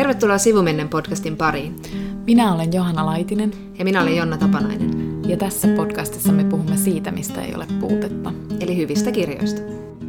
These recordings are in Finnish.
Tervetuloa Sivumennen podcastin pariin. Minä olen Johanna Laitinen. Ja minä olen Jonna Tapanainen. Ja tässä podcastissa me puhumme siitä, mistä ei ole puutetta. Eli hyvistä kirjoista.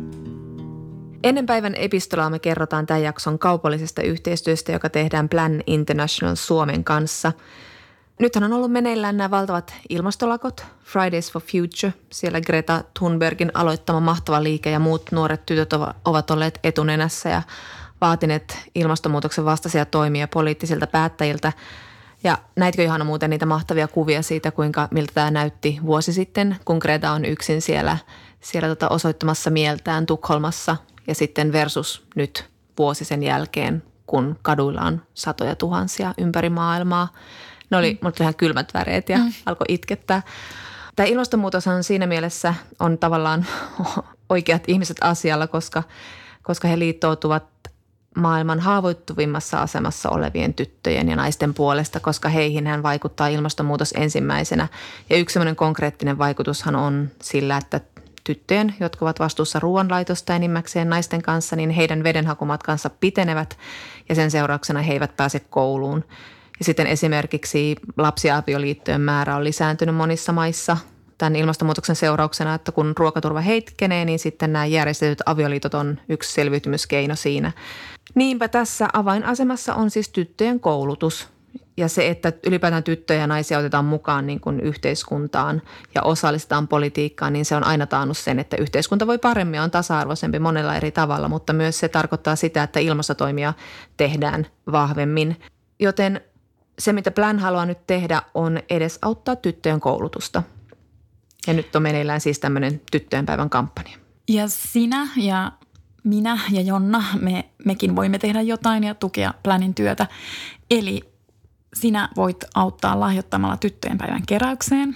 Ennen päivän epistolaa me kerrotaan tämän jakson kaupallisesta yhteistyöstä, joka tehdään Plan International Suomen kanssa. Nythän on ollut meneillään nämä valtavat ilmastolakot, Fridays for Future. Siellä Greta Thunbergin aloittama mahtava liike ja muut nuoret tytöt ovat olleet etunenässä ja vaatineet ilmastonmuutoksen vastaisia toimia poliittisilta päättäjiltä. Ja näitkö Johanna muuten niitä mahtavia kuvia siitä, miltä tämä näytti vuosi sitten, kun Greta on yksin siellä osoittamassa mieltään Tukholmassa ja sitten versus nyt vuosi sen jälkeen, kun kaduilla on satoja tuhansia ympäri maailmaa. Mulla tuli ihan kylmät väreet ja alkoi itkettää. Tämä ilmastonmuutos on siinä mielessä on tavallaan oikeat ihmiset asialla, koska he liittoutuvat maailman haavoittuvimmassa asemassa olevien tyttöjen ja naisten puolesta, koska heihin hän vaikuttaa ilmastonmuutos ensimmäisenä. Ja yksi sellainen konkreettinen vaikutushan on sillä, että tyttöjen, jotka ovat vastuussa ruoanlaitosta enimmäkseen naisten kanssa, niin heidän vedenhakumatkansa pitenevät ja sen seurauksena he eivät pääse kouluun. Ja sitten esimerkiksi lapsiavioliittojen määrä on lisääntynyt monissa maissa tämän ilmastonmuutoksen seurauksena, että kun ruokaturva heikkenee, niin sitten nämä järjestetyt avioliitot on yksi selviytymiskeino siinä. Niinpä tässä avainasemassa on siis tyttöjen koulutus ja se, että ylipäätään tyttöjä ja naisia otetaan mukaan niin kuin yhteiskuntaan ja osallistetaan politiikkaan, niin se on aina taannut sen, että yhteiskunta voi paremmin ja on tasa-arvoisempi monella eri tavalla, mutta myös se tarkoittaa sitä, että ilmastotoimia tehdään vahvemmin. Joten se, mitä Plan haluaa nyt tehdä, on edesauttaa tyttöjen koulutusta. Ja nyt on meneillään siis tämmöinen tyttöjen päivän kampanja. Ja sinä ja minä ja Jonna, mekin voimme tehdä jotain ja tukea Planin työtä. Eli sinä voit auttaa lahjoittamalla tyttöjen päivän keräykseen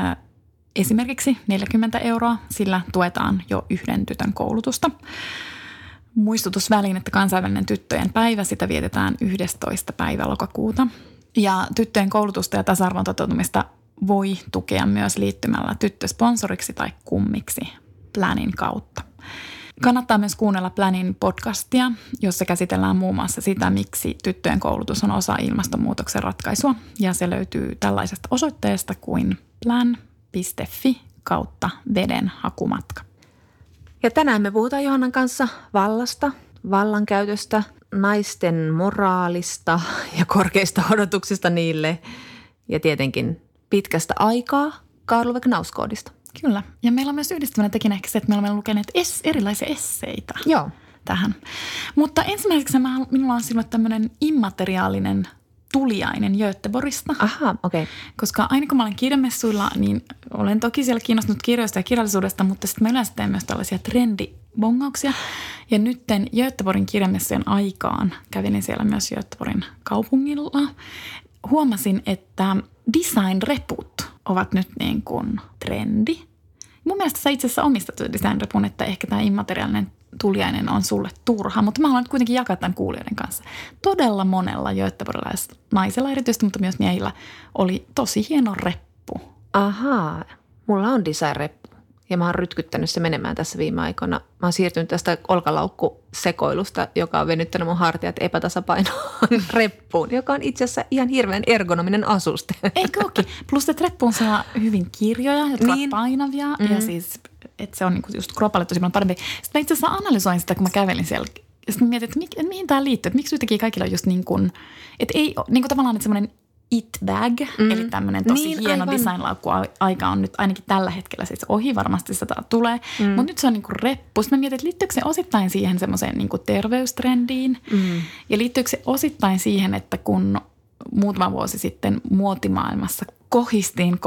esimerkiksi 40 €, sillä tuetaan jo yhden tytön koulutusta. Muistutusväline, että kansainvälinen tyttöjen päivä, sitä vietetään 11. päivä lokakuuta. Ja tyttöjen koulutusta ja tasa-arvon toteutumista voi tukea myös liittymällä tyttösponsoriksi tai kummiksi Planin kautta. Kannattaa myös kuunnella Planin podcastia, jossa käsitellään muun muassa sitä, miksi tyttöjen koulutus on osa ilmastonmuutoksen ratkaisua. Ja se löytyy tällaisesta osoitteesta kuin plan.fi/vedenhakumatka. Ja tänään me puhutaan Johannan kanssa vallasta, vallankäytöstä, naisten moraalista ja korkeista odotuksista niille ja tietenkin pitkästä aikaa Karl Knauskoodista. Kyllä. Ja meillä on myös yhdistävänä tekijänä ehkä se, että me olemme lukeneet erilaisia esseitä tähän. Mutta ensimmäiseksi minulla on sinulle tämmöinen immateriaalinen tuliainen Göteborgista. Aha, okei. Okay. Koska aina kun mä olen kirjamessuilla, niin olen toki siellä kiinnostunut kirjoista ja kirjallisuudesta, mutta sitten mä yleensä teen myös tällaisia trendibongauksia. Ja nytten Göteborgin kirjamessujen aikaan kävin siellä myös Göteborgin kaupungilla. Huomasin, että design-reput ovat nyt niin kuin trendi. Mun mielestä sä itse asiassa omistat design-repun, että ehkä tämä immateriaalinen tuliainen on sulle turha, mutta mä haluan nyt kuitenkin jakaa tämän kuulijoiden kanssa. Todella monella göteborgilaisnaisella erityisesti, mutta myös miehillä oli tosi hieno reppu. Ahaa, mulla on design-reppu ja mä oon rytkyttänyt se menemään tässä viime aikoina. Mä oon siirtynyt tästä olkalaukkusekoilusta, joka on venyttänyt mun hartiat epätasapainoon reppuun, joka on itse asiassa ihan hirveän ergonominen asuste. Eikö ookin? Plus, että reppuun saa hyvin kirjoja, jotka ovat painavia ja siis, että se on niinku just kropalle tosi paljon parempi. Sitten mä itse asiassa analysoin sitä, kun mä kävelin siellä. Ja sitten mä mietin, että mihin tämä liittyy, että miksi yhtäkkiä kaikilla on just niin kuin, että ei niin kuin tavallaan, että semmoinen it-bag, eli tämmöinen tosi hieno designlaukku aika on nyt ainakin tällä hetkellä siis ohi, varmasti sitä tulee. Mutta nyt se on niinku reppu. Sitten mä mietin, että liittyykö se osittain siihen semmoiseen niinku terveystrendiin ja liittyykö se osittain siihen, että kun muutama vuosi sitten muotimaailmassa kohistiin,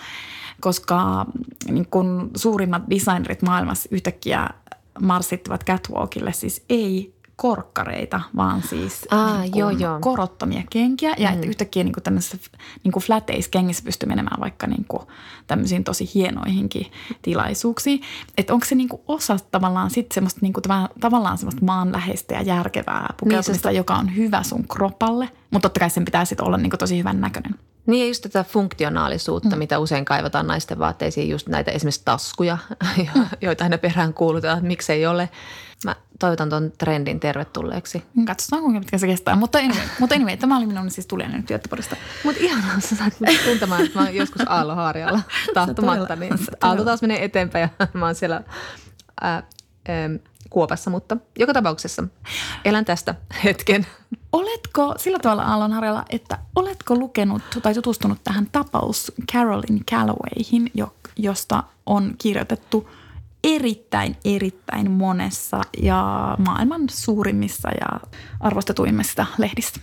koska niin kun suurimmat designerit maailmassa yhtäkkiä marssittivat catwalkille, siis ei korkkareita, vaan siis korottomia kenkiä. Ja että yhtäkkiä niin tämmöisissä niin flateis-kengissä pystyy menemään vaikka niin tämmöisiin tosi hienoihinkin tilaisuuksiin. Että onko se niin osa tavallaan sitten semmoista, niin tavallaan semmoista maanläheistä ja järkevää pukeutumista, joka on hyvä sun kropalle. Mutta totta kai sen pitää sitten olla niin tosi hyvän näköinen. Niin ja just tätä funktionaalisuutta, mitä usein kaivataan naisten vaatteisiin, just näitä esimerkiksi taskuja, joita aina perään kuulutaan, että miksei ole. Mä toivotan ton trendin tervetulleeksi. Katsotaan, kuinka pitkä se kestää. Mutta anyway, tämä oli minun siis Tuliainen Göteborgista. Mutta ihanaa, sä saat tuntemaan, että mä oon joskus Aallonharjalla tahtomatta, niin Aalto taas menee eteenpäin ja mä oon siellä kuopassa, mutta joka tapauksessa elän tästä hetken. Oletko sillä tavalla Aallonharjalla, että oletko lukenut tai tutustunut tähän tapaus Carolyn Callowayhin, josta on kirjoitettu erittäin monessa ja maailman suurimmissa ja arvostetuimmista lehdistä?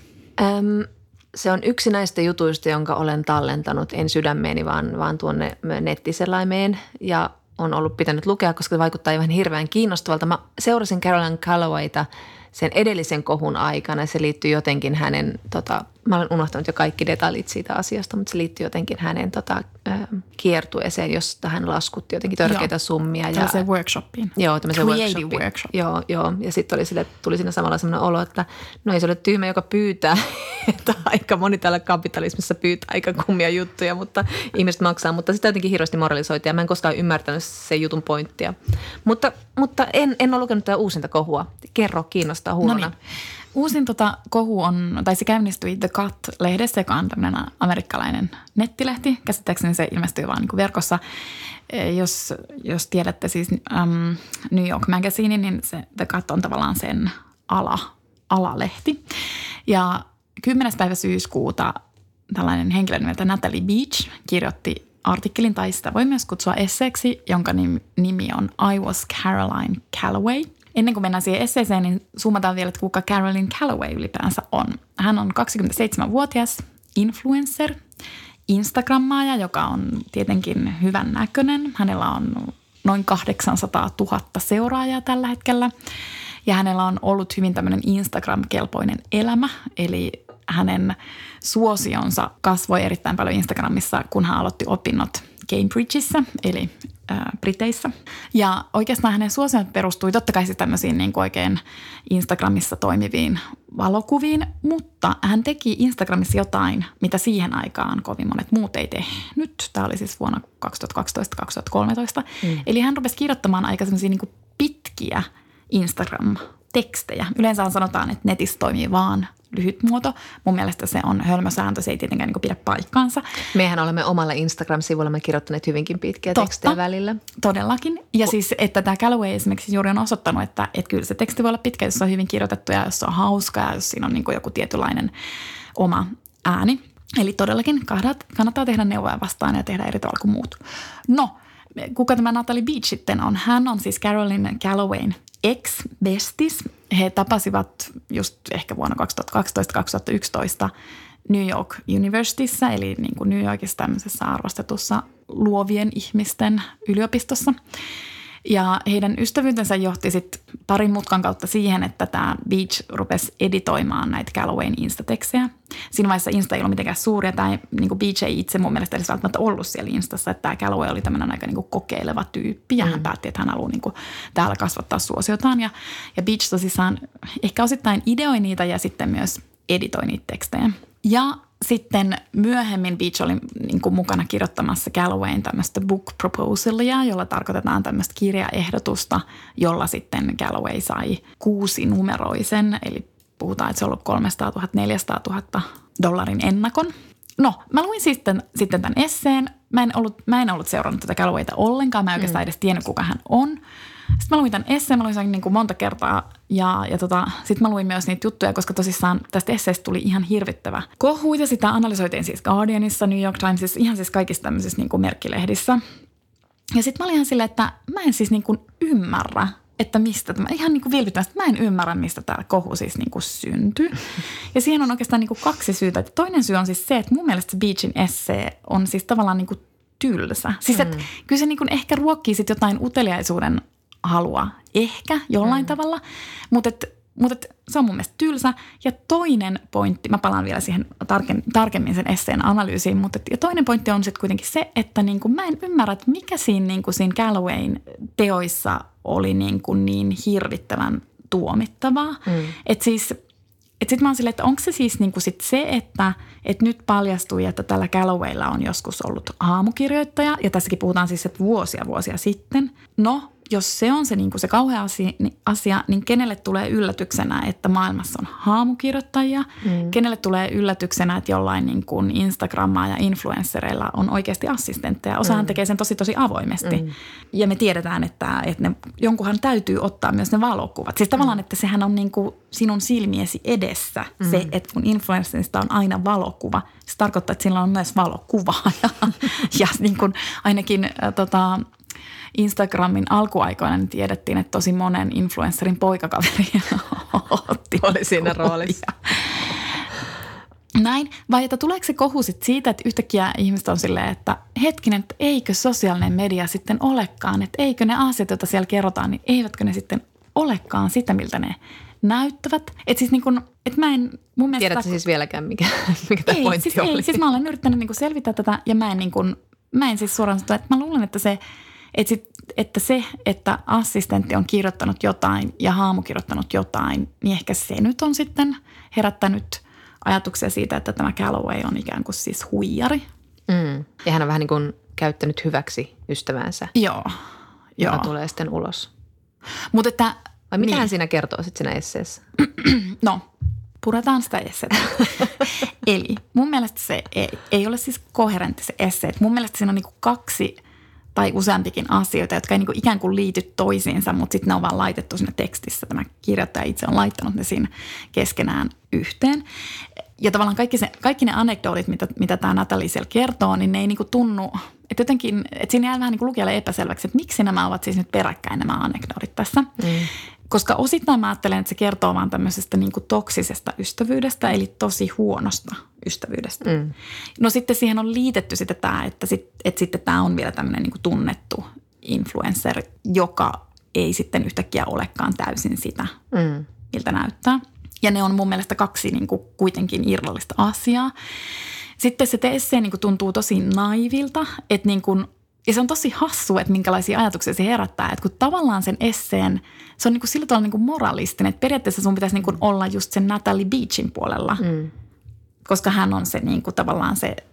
Se on yksi näistä jutuista, jonka olen tallentanut, en sydämeeni, vaan tuonne nettiselaimeen ja on ollut pitänyt lukea, koska se vaikuttaa ihan hirveän kiinnostavalta. Mä seurasin Carolyn Callowayta sen edellisen kohun aikana. Se liittyy jotenkin hänen, mä olen unohtanut jo kaikki detaljit siitä asiasta, mutta se liittyy jotenkin hänen kiertueeseen, josta hän laskutti jotenkin törkeitä summia. Tällaiseen workshopiin. Joo, tämmöiseen workshopiin. Workshop. Joo. Ja sitten tuli siinä samalla sellainen olo, että no ei se ole tyhmä, joka pyytää. Että aika moni täällä kapitalismissa pyytää aika kummia juttuja, mutta ihmiset maksaa. Mutta sitä jotenkin hirveästi moralisoitiin ja mä en koskaan ymmärtänyt sen jutun pointtia. Mutta en ole lukenut tätä uusinta kohua. Kerro, kiinnostaa huolona. No niin. Uusin kohu se käynnistyi The Cut-lehdessä, joka on tämmöinen amerikkalainen nettilehti. Käsittääkseni se ilmestyy vaan niin kuin verkossa. Jos tiedätte siis New York Magazine, niin se The Cut on tavallaan sen alalehti. Ja 10. päivä syyskuuta tällainen henkilö nimeltä Natalie Beach kirjoitti artikkelin, tai sitä voi myös kutsua esseeksi, jonka nimi on I Was Caroline Calloway. Ennen kuin mennään siihen esseeseen, niin zoomataan vielä, että kuka Carolyn Calloway ylipäänsä on. Hän on 27-vuotias influencer, Instagrammaaja, joka on tietenkin hyvän näköinen. Hänellä on noin 800 000 seuraajaa tällä hetkellä. Ja hänellä on ollut hyvin tämmöinen Instagram-kelpoinen elämä, eli hänen suosionsa kasvoi erittäin paljon Instagramissa, kun hän aloitti opinnot Cambridgeissa, eli Briteissä. Ja oikeastaan hänen suosionsa perustui totta kai siis tämmöisiin niin kuin oikein Instagramissa toimiviin valokuviin, mutta hän teki Instagramissa jotain, mitä siihen aikaan kovin monet muut ei tehnyt. Tämä oli siis vuonna 2012-2013. Eli hän rupesi kirjoittamaan aika semmoisia niin kuin pitkiä Instagram-tekstejä. Yleensä sanotaan, että netissä toimii vaan lyhyt muoto. Mun mielestä se on hölmösääntö, se ei tietenkään niin pidä paikkaansa. Mehän olemme omalla Instagram-sivullamme kirjoittaneet hyvinkin pitkiä tekstejä välillä. Todellakin. Ja siis, että tämä Calloway esimerkiksi juuri on osoittanut, että kyllä se teksti voi olla pitkä, jos se on hyvin kirjoitettu ja jos se on hauska ja jos siinä on niin kuin joku tietynlainen oma ääni. Eli todellakin kannattaa tehdä neuvoja vastaan ja tehdä eri tavalla kuin muut. No, kuka tämä Natalie Beach sitten on? Hän on siis Carolyn Callowayn ex-bestis. He tapasivat just ehkä vuonna 2012-2011 New York Universityssä, eli niin kuin New Yorkissa tämmöisessä arvostetussa luovien ihmisten yliopistossa. Ja heidän ystävyytensä johti sitten parin mutkan kautta siihen, että tämä Beach rupesi editoimaan näitä Callowayn instatekstejä. Siinä vaiheessa Insta ei ollut mitenkään suuri, ja tämä niin kuin Beach ei itse mun mielestä edes välttämättä ollut siellä Instassa, että tämä Calloway oli tämmöinen aika niin kuin kokeileva tyyppi, ja hän päätti, että hän haluaa niin kuin täällä kasvattaa suosiotaan. Ja Beach tosissaan ehkä osittain ideoi niitä ja sitten myös editoi niitä tekstejä. Ja sitten myöhemmin Beach oli niin kuin mukana kirjoittamassa Callowayn tämmöistä book proposalia, jolla tarkoitetaan tämmöistä kirjaehdotusta, jolla sitten Calloway sai 6-numeroisen, eli puhutaan, että se on ollut 300 000, 400 000 dollarin ennakon. No, mä luin sitten tämän esseen. Mä en ollut seurannut tätä Callowayta ollenkaan. Mä en oikeastaan edes tiennyt, kuka hän on. Sitten mä luin tämän esseen, mä luin sen niin kuin monta kertaa ja sitten mä luin myös niitä juttuja, koska tosissaan tästä esseestä tuli ihan hirvittävä kohu ja sitä analysoitiin siis Guardianissa, New York Timesissa, ihan siis kaikissa tämmöisissä niin kuin merkkilehdissä. Ja sitten mä olin ihan silleen, että mä en siis niin kuin ymmärrä, että mistä tämä, ihan niin kuin vilpittömästi, mä en ymmärrä, mistä tämä kohu siis niin kuin syntyi. Ja siihen on oikeastaan niin kuin 2 syytä. Toinen syy on siis se, että mun mielestä se Beachin essee on siis tavallaan niin kuin tylsä. Siis että kyllä se niin kuin ehkä ruokkii sitten jotain uteliaisuuden halua ehkä jollain tavalla, mutta se on mun mielestä tylsä. Ja toinen pointti, mä palaan vielä siihen tarkemmin sen esseen analyysiin, mutta ja toinen pointti on sitten kuitenkin se, että niin kuin mä en ymmärrä, että mikä siinä Callowayn teoissa oli niin hirvittävän tuomittavaa. Että sitten mä oon silleen, että onko se siis niin kuin sit se, että nyt paljastui, että tällä Callowaylla on joskus ollut aamukirjoittaja, ja tässäkin puhutaan siis, että vuosia sitten. No, jos se on se, niin kuin se kauhea asia, niin kenelle tulee yllätyksenä, että maailmassa on haamukirjoittajia? Kenelle tulee yllätyksenä, että jollain niin kuin Instagrammaa ja influenssereilla on oikeasti assistentteja? Osahan tekee sen tosi avoimesti. Ja me tiedetään, että jonkunhan täytyy ottaa myös ne valokuvat. Siis tavallaan, että sehän on niin kuin sinun silmiesi edessä se, että kun influensserista on aina valokuva, se tarkoittaa, että sillä on myös valokuvaaja. Ja niin kuin ainakin Instagramin alkuaikoina niin tiedettiin, että tosi monen influencerin poikakaveri oli siinä roolissa. Näin. Vai että tuleeko se kohu sit siitä, että yhtäkkiä ihmiset on silleen, että hetkinen, että eikö sosiaalinen media sitten olekaan, että eikö ne asiat, joita siellä kerrotaan, niin eivätkö ne sitten olekaan sitä, miltä ne näyttävät. Että siis niin kuin, että mä en mun mielestä... Tiedätkö siis vieläkään, mikä tämä pointti oli? Ei, siis mä olen yrittänyt niin kuin selvittää tätä ja mä en siis suoraan sanoa, että mä luulen, että että assistentti on kirjoittanut jotain ja haamu kirjoittanut jotain, niin ehkä se nyt on sitten herättänyt ajatuksia siitä, että tämä Calloway on ikään kuin siis huijari. Ja hän on vähän niin kuin käyttänyt hyväksi ystävänsä. Joo. Joka tulee sitten ulos. Mutta että... Vai mitä hän siinä kertoo sitten siinä esseessä? No, puretaan sitä esseitä. Eli mun mielestä se ei ole siis koherentti se esse. Mun mielestä siinä on niinku 2 tai useampikin asioita, jotka ei niinku ikään kuin liity toisiinsa, mutta sitten ne on vaan laitettu siinä tekstissä. Tämä kirjoittaja itse on laittanut ne siinä keskenään yhteen. Ja tavallaan kaikki ne anekdootit, mitä tämä Natalie siellä kertoo, niin ne ei niinku tunnu, että jotenkin, että siinä jää vähän niin kuin lukijalle epäselväksi, että miksi nämä ovat siis nyt peräkkäin nämä anekdootit tässä. Koska osittain mä ajattelen, että se kertoo vaan tämmöisestä niin kuin toksisesta ystävyydestä, eli tosi huonosta ystävyydestä. No sitten siihen on liitetty sitten tämä, että sitten tämä on vielä tämmöinen niin kuin tunnettu influencer, joka ei sitten yhtäkkiä olekaan täysin sitä, miltä näyttää. Ja ne on mun mielestä 2 niin kuin kuitenkin irrallista asiaa. Sitten se essee niin kuin tuntuu tosi naivilta, että niin kuin, ja se on tosi hassu, että minkälaisia ajatuksia se herättää. Että kun tavallaan sen esseen, se on niin kuin sillä tavalla niin kuin moralistinen, että periaatteessa sun pitäisi niin kuin olla just sen Natalie Beachin puolella, koska hän on se niin kuin tavallaan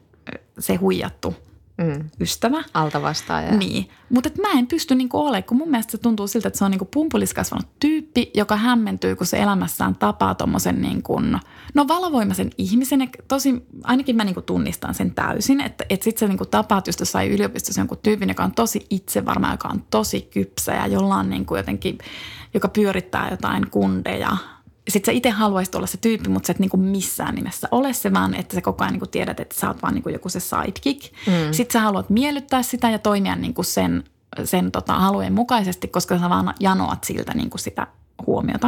se huijattu ystävä. Altavastaaja. Niin, mutta mä en pysty niinku olemaan, kun mun mielestä se tuntuu siltä, että se on niinku pumpuliskasvanut tyyppi, joka hämmentyy, kun se elämässään tapaa tommosen niinku, valovoimaisen ihmisen. Ja ainakin mä niinku tunnistan sen täysin, että sit sä niinku tapaat just jossain yliopistossa jonkun tyypin, joka on tosi itsevarma, joka on tosi kypsä ja jolla on niinku jotenkin, joka pyörittää jotain kundeja. Sitten sä itse haluaisit olla se tyyppi, mutta sä et niinku missään nimessä ole se, vaan että sä koko ajan niinku tiedät, että sä oot vaan niinku joku se sidekick. Sitten sä haluat miellyttää sitä ja toimia niinku sen halujen mukaisesti, koska sä vaan janoat siltä niinku sitä huomiota.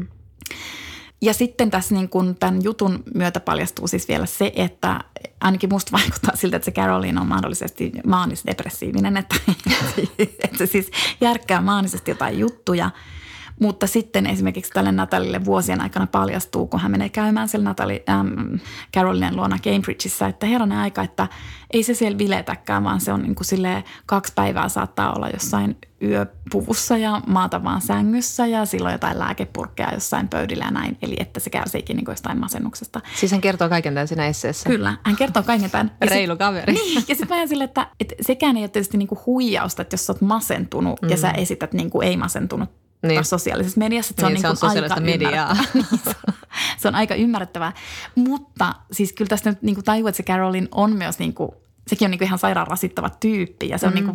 Ja sitten tässä niin kuin tämän jutun myötä paljastuu siis vielä se, että ainakin musta vaikuttaa siltä, että se Caroline on mahdollisesti maanis-depressiivinen, että se siis järkkää maanisesti jotain juttuja. Mutta sitten esimerkiksi tälle Natalielle vuosien aikana paljastuu, kun hän menee käymään siellä Carolinen luona Cambridgeissa, että herranen aika, että ei se siellä viletäkään, vaan se on niin kuin silleen 2 päivää saattaa olla jossain yöpuvussa ja maata vaan sängyssä ja silloin jotain lääkepurkkeja jossain pöydillä ja näin. Eli että se kärsiikin niin kuin jostain masennuksesta. Siis hän kertoo kaiken tämän siinä esseessä. Kyllä, hän kertoo kaiken tämän. Reilu kaveri. Niin, ja sitten mä ajan silleen, että sekään ei ole tietysti niin kuin huijausta, että jos sä oot masentunut ja sä esität niin kuin ei masentunut niin. Sosiaalisessa mediassa. Se on, niin, se on sosiaalista mediaa. Se on aika ymmärrettävää. Mutta siis kyllä tästä nyt niin tajuu, että se Caroline on myös, niin kuin, sekin on niin kuin ihan sairaan rasittava tyyppi ja se on niin kuin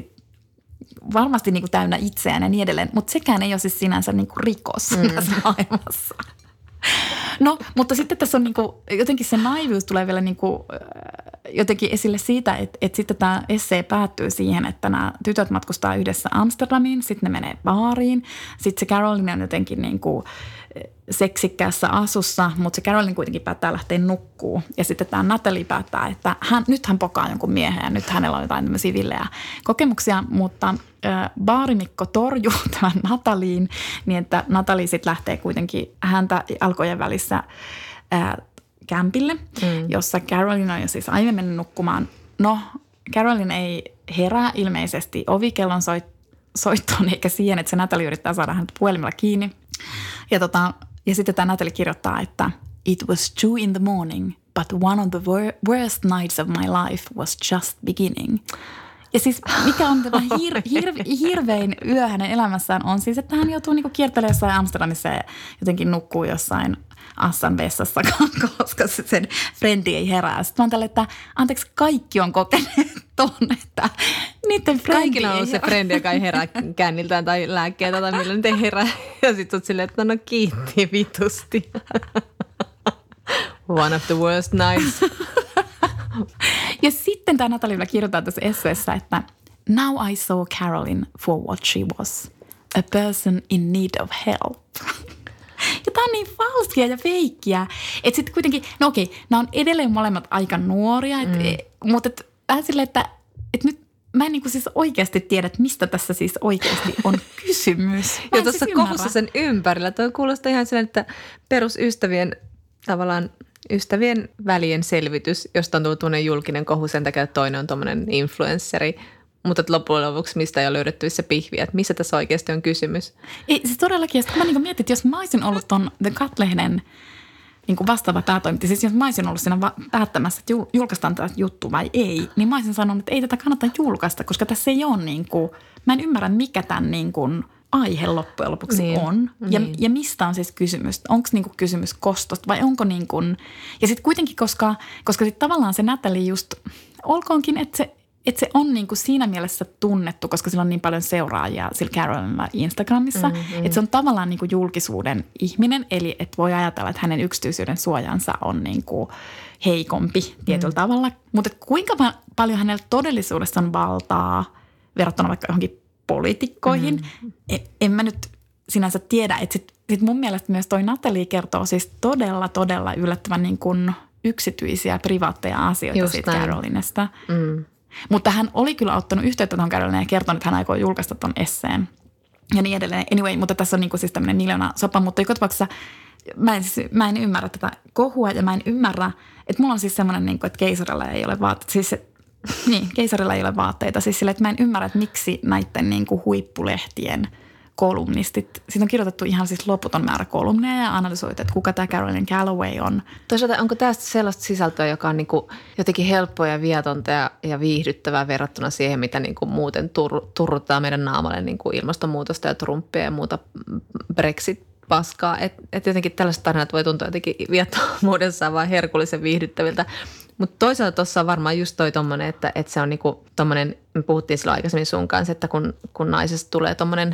varmasti niin kuin täynnä itseään ja niin edelleen. Mutta sekään ei ole siis sinänsä niin kuin rikos tässä maailmassa. No, mutta sitten tässä on niin kuin, jotenkin se naivius tulee vielä niin kuin, jotenkin esille siitä, että sitten tämä essee päättyy siihen, että nämä tytöt matkustaa yhdessä Amsterdamiin, sitten ne menee baariin. Sitten se Caroline on jotenkin niin kuin seksikkäässä asussa, mutta se Caroline kuitenkin päättää lähteä nukkuu. Ja sitten tämä Natalie päättää, että nyt hän pokaa jonkun miehen ja nyt hänellä on jotain tämmöisiä villejä kokemuksia, mutta baarimikko torjuu tämän Natalien niin, että Natalie sitten lähtee kuitenkin häntä alkojen välissä kämpille, jossa Caroline on jo siis aiemmin mennyt nukkumaan. No, Caroline ei herää ilmeisesti ovikellon soittoon eikä siihen, että se Natalie yrittää saada häntä puhelimella kiinni. Ja sitten tämä Natalie kirjoittaa, että "It was 2 in the morning, but one of the worst nights of my life was just beginning." Ja siis mikä on tämä hirvein yö hänen elämässään on siis, että hän joutuu niinku kiertelemään jossain Amsterdamissa ja jotenkin nukkuu jossain Assan vessassa, koska sen frendi ei herää. Sitten mä oon tälle, että anteeksi, kaikki on kokeneet ton, että niiden frendi kaikilla on ollut se frendi, joka ei herää känniltään tai lääkkeitä tai millä nyt ei herää. Ja sit oot silleen, että no kiitti vitusti. One of the worst nights. Ja sitten tämä Natalie vielä kirjoittaa tässä esseessä, että now I saw Carolyn for what she was, a person in need of help. Ja tämä on niin falskia ja feikkiä. Että sitten kuitenkin, no okei, nämä on edelleen molemmat aika nuoria, mutta vähän silleen, että nyt mä en niinku siis oikeasti tiedä, että mistä tässä siis oikeasti on kysymys. Ja tuossa kohussa sen ympärillä, tuo kuulostaa ihan silleen, että perusystävien tavallaan ystävien välien selvitys, josta on tullut tuonne julkinen kohu sen takia, että toinen on tuommoinen influenssari, mutta loppujen lopuksi mistä ei ole löydettävissä pihviä, että missä tässä oikeasti on kysymys. Ei, siis todellakin, kun mä niin mietin, että jos mä olisin ollut ton The Cut-lehden niin vastaava päätoimittaja, siis jos mä olisin ollut siinä päättämässä, että julkaistaan tämä juttu vai ei, niin mä olisin sanonut, että ei tätä kannata julkaista, koska tässä ei ole niin kuin, mä en ymmärrä mikä tämän niin kuin aihe loppujen lopuksi niin on. Ja mistä on siis kysymys? Onko niinku kysymys kostosta vai onko niin kuin, ja sitten kuitenkin, koska sitten tavallaan se Natalie just, olkoonkin, että se on niinku siinä mielessä tunnettu, koska sillä on niin paljon seuraajia sillä Carolynilla Instagramissa, että se on tavallaan niinku julkisuuden ihminen, eli että voi ajatella, että hänen yksityisyyden suojansa on niinku heikompi tietyllä tavalla. Mutta kuinka paljon hänellä todellisuudessa on valtaa verrattuna vaikka johonkin poliitikkoihin. En mä nyt sinänsä tiedä, että sit mun mielestä myös toi Natalie kertoo siis todella yllättävän niin kuin yksityisiä, privaatteja asioita just siitä Carolynesta. Mutta hän oli kyllä ottanut yhteyttä tuohon Carolyneen ja kertonut, että hän aikoo julkaista ton esseen ja niin edelleen. Anyway, mutta tässä on niin kuin siis tämmöinen miljoona sopa, mutta joka tapauksessa mä en ymmärrä tätä kohua ja mä en ymmärrä, että mulla on siis semmoinen, niin kuin, että keisarilla ei ole vaatteita. Siis niin, keisarilla ei ole vaatteita. Siis sille, että mä en ymmärrä, että miksi näiden niin kuin huippulehtien kolumnistit, siitä on kirjoitettu ihan siis loputon määrä kolumneja ja analysoitu, että kuka tämä Carolyn Calloway on. Toisaalta onko tästä sellaista sisältöä, joka on niin kuin jotenkin helppoa ja vietonta ja viihdyttävää verrattuna siihen, mitä niin kuin muuten turruttaa meidän naamalle niin kuin ilmastonmuutosta ja Trumpia ja muuta Brexit-paskaa. Että jotenkin tällaiset tarinat voi tuntua jotenkin viattomuudessaan vaan herkullisen viihdyttäviltä. Mutta toisaalta tuossa on varmaan just toi tommonen, että se on niinku tommonen, me puhuttiin silloin aikaisemmin sun kanssa, että kun naisesta tulee tommonen,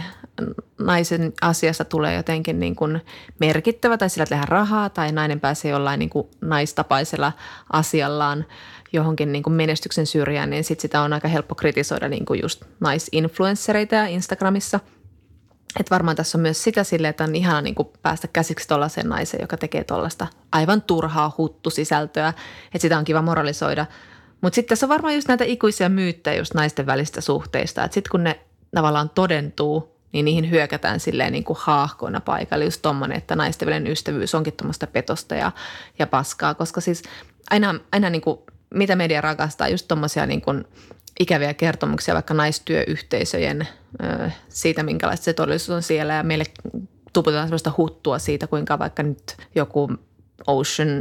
naisen asiasta tulee jotenkin niin kuin merkittävä tai sillä tehdään rahaa tai nainen pääsee jollain niin kuin naistapaisella asiallaan johonkin niin kuin menestyksen syrjään, niin sit sitä on aika helppo kritisoida niin kuin just naisinfluenssereita Instagramissa. Että varmaan tässä on myös sitä silleen, että on ihana niin kuin päästä käsiksi tuollaiseen naiseen, joka tekee tuollaista aivan turhaa huttusisältöä, että sitä on kiva moralisoida. Mutta sitten tässä on varmaan just näitä ikuisia myyttejä just naisten välistä suhteista, että sitten kun ne tavallaan todentuu, niin niihin hyökätään silleen niin kuin haahkoina paikalle. Just tommoinen, että naisten välinen ystävyys onkin tuommoista petosta ja paskaa, koska siis aina niin kuin, mitä media rakastaa, just tommoisia niin kuin ikäviä kertomuksia vaikka naistyöyhteisöjen siitä, minkälaista se todellisuus on siellä ja meille tuputetaan sellaista huttua siitä, kuinka vaikka nyt joku Ocean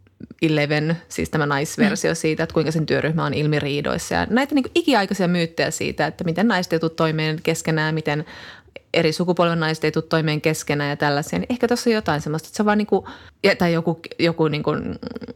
11, siis tämä naisversio siitä, että kuinka sen työryhmä on ilmiriidoissa ja näitä niin kuin ikiaikaisia myyttejä siitä, että miten naiset ei tule toimeen keskenään, miten eri sukupolven naiset ei tule toimeen keskenään ja tällaisia, niin ehkä tuossa on jotain semmoista, että se vaan niin kuin, tai joku niin kuin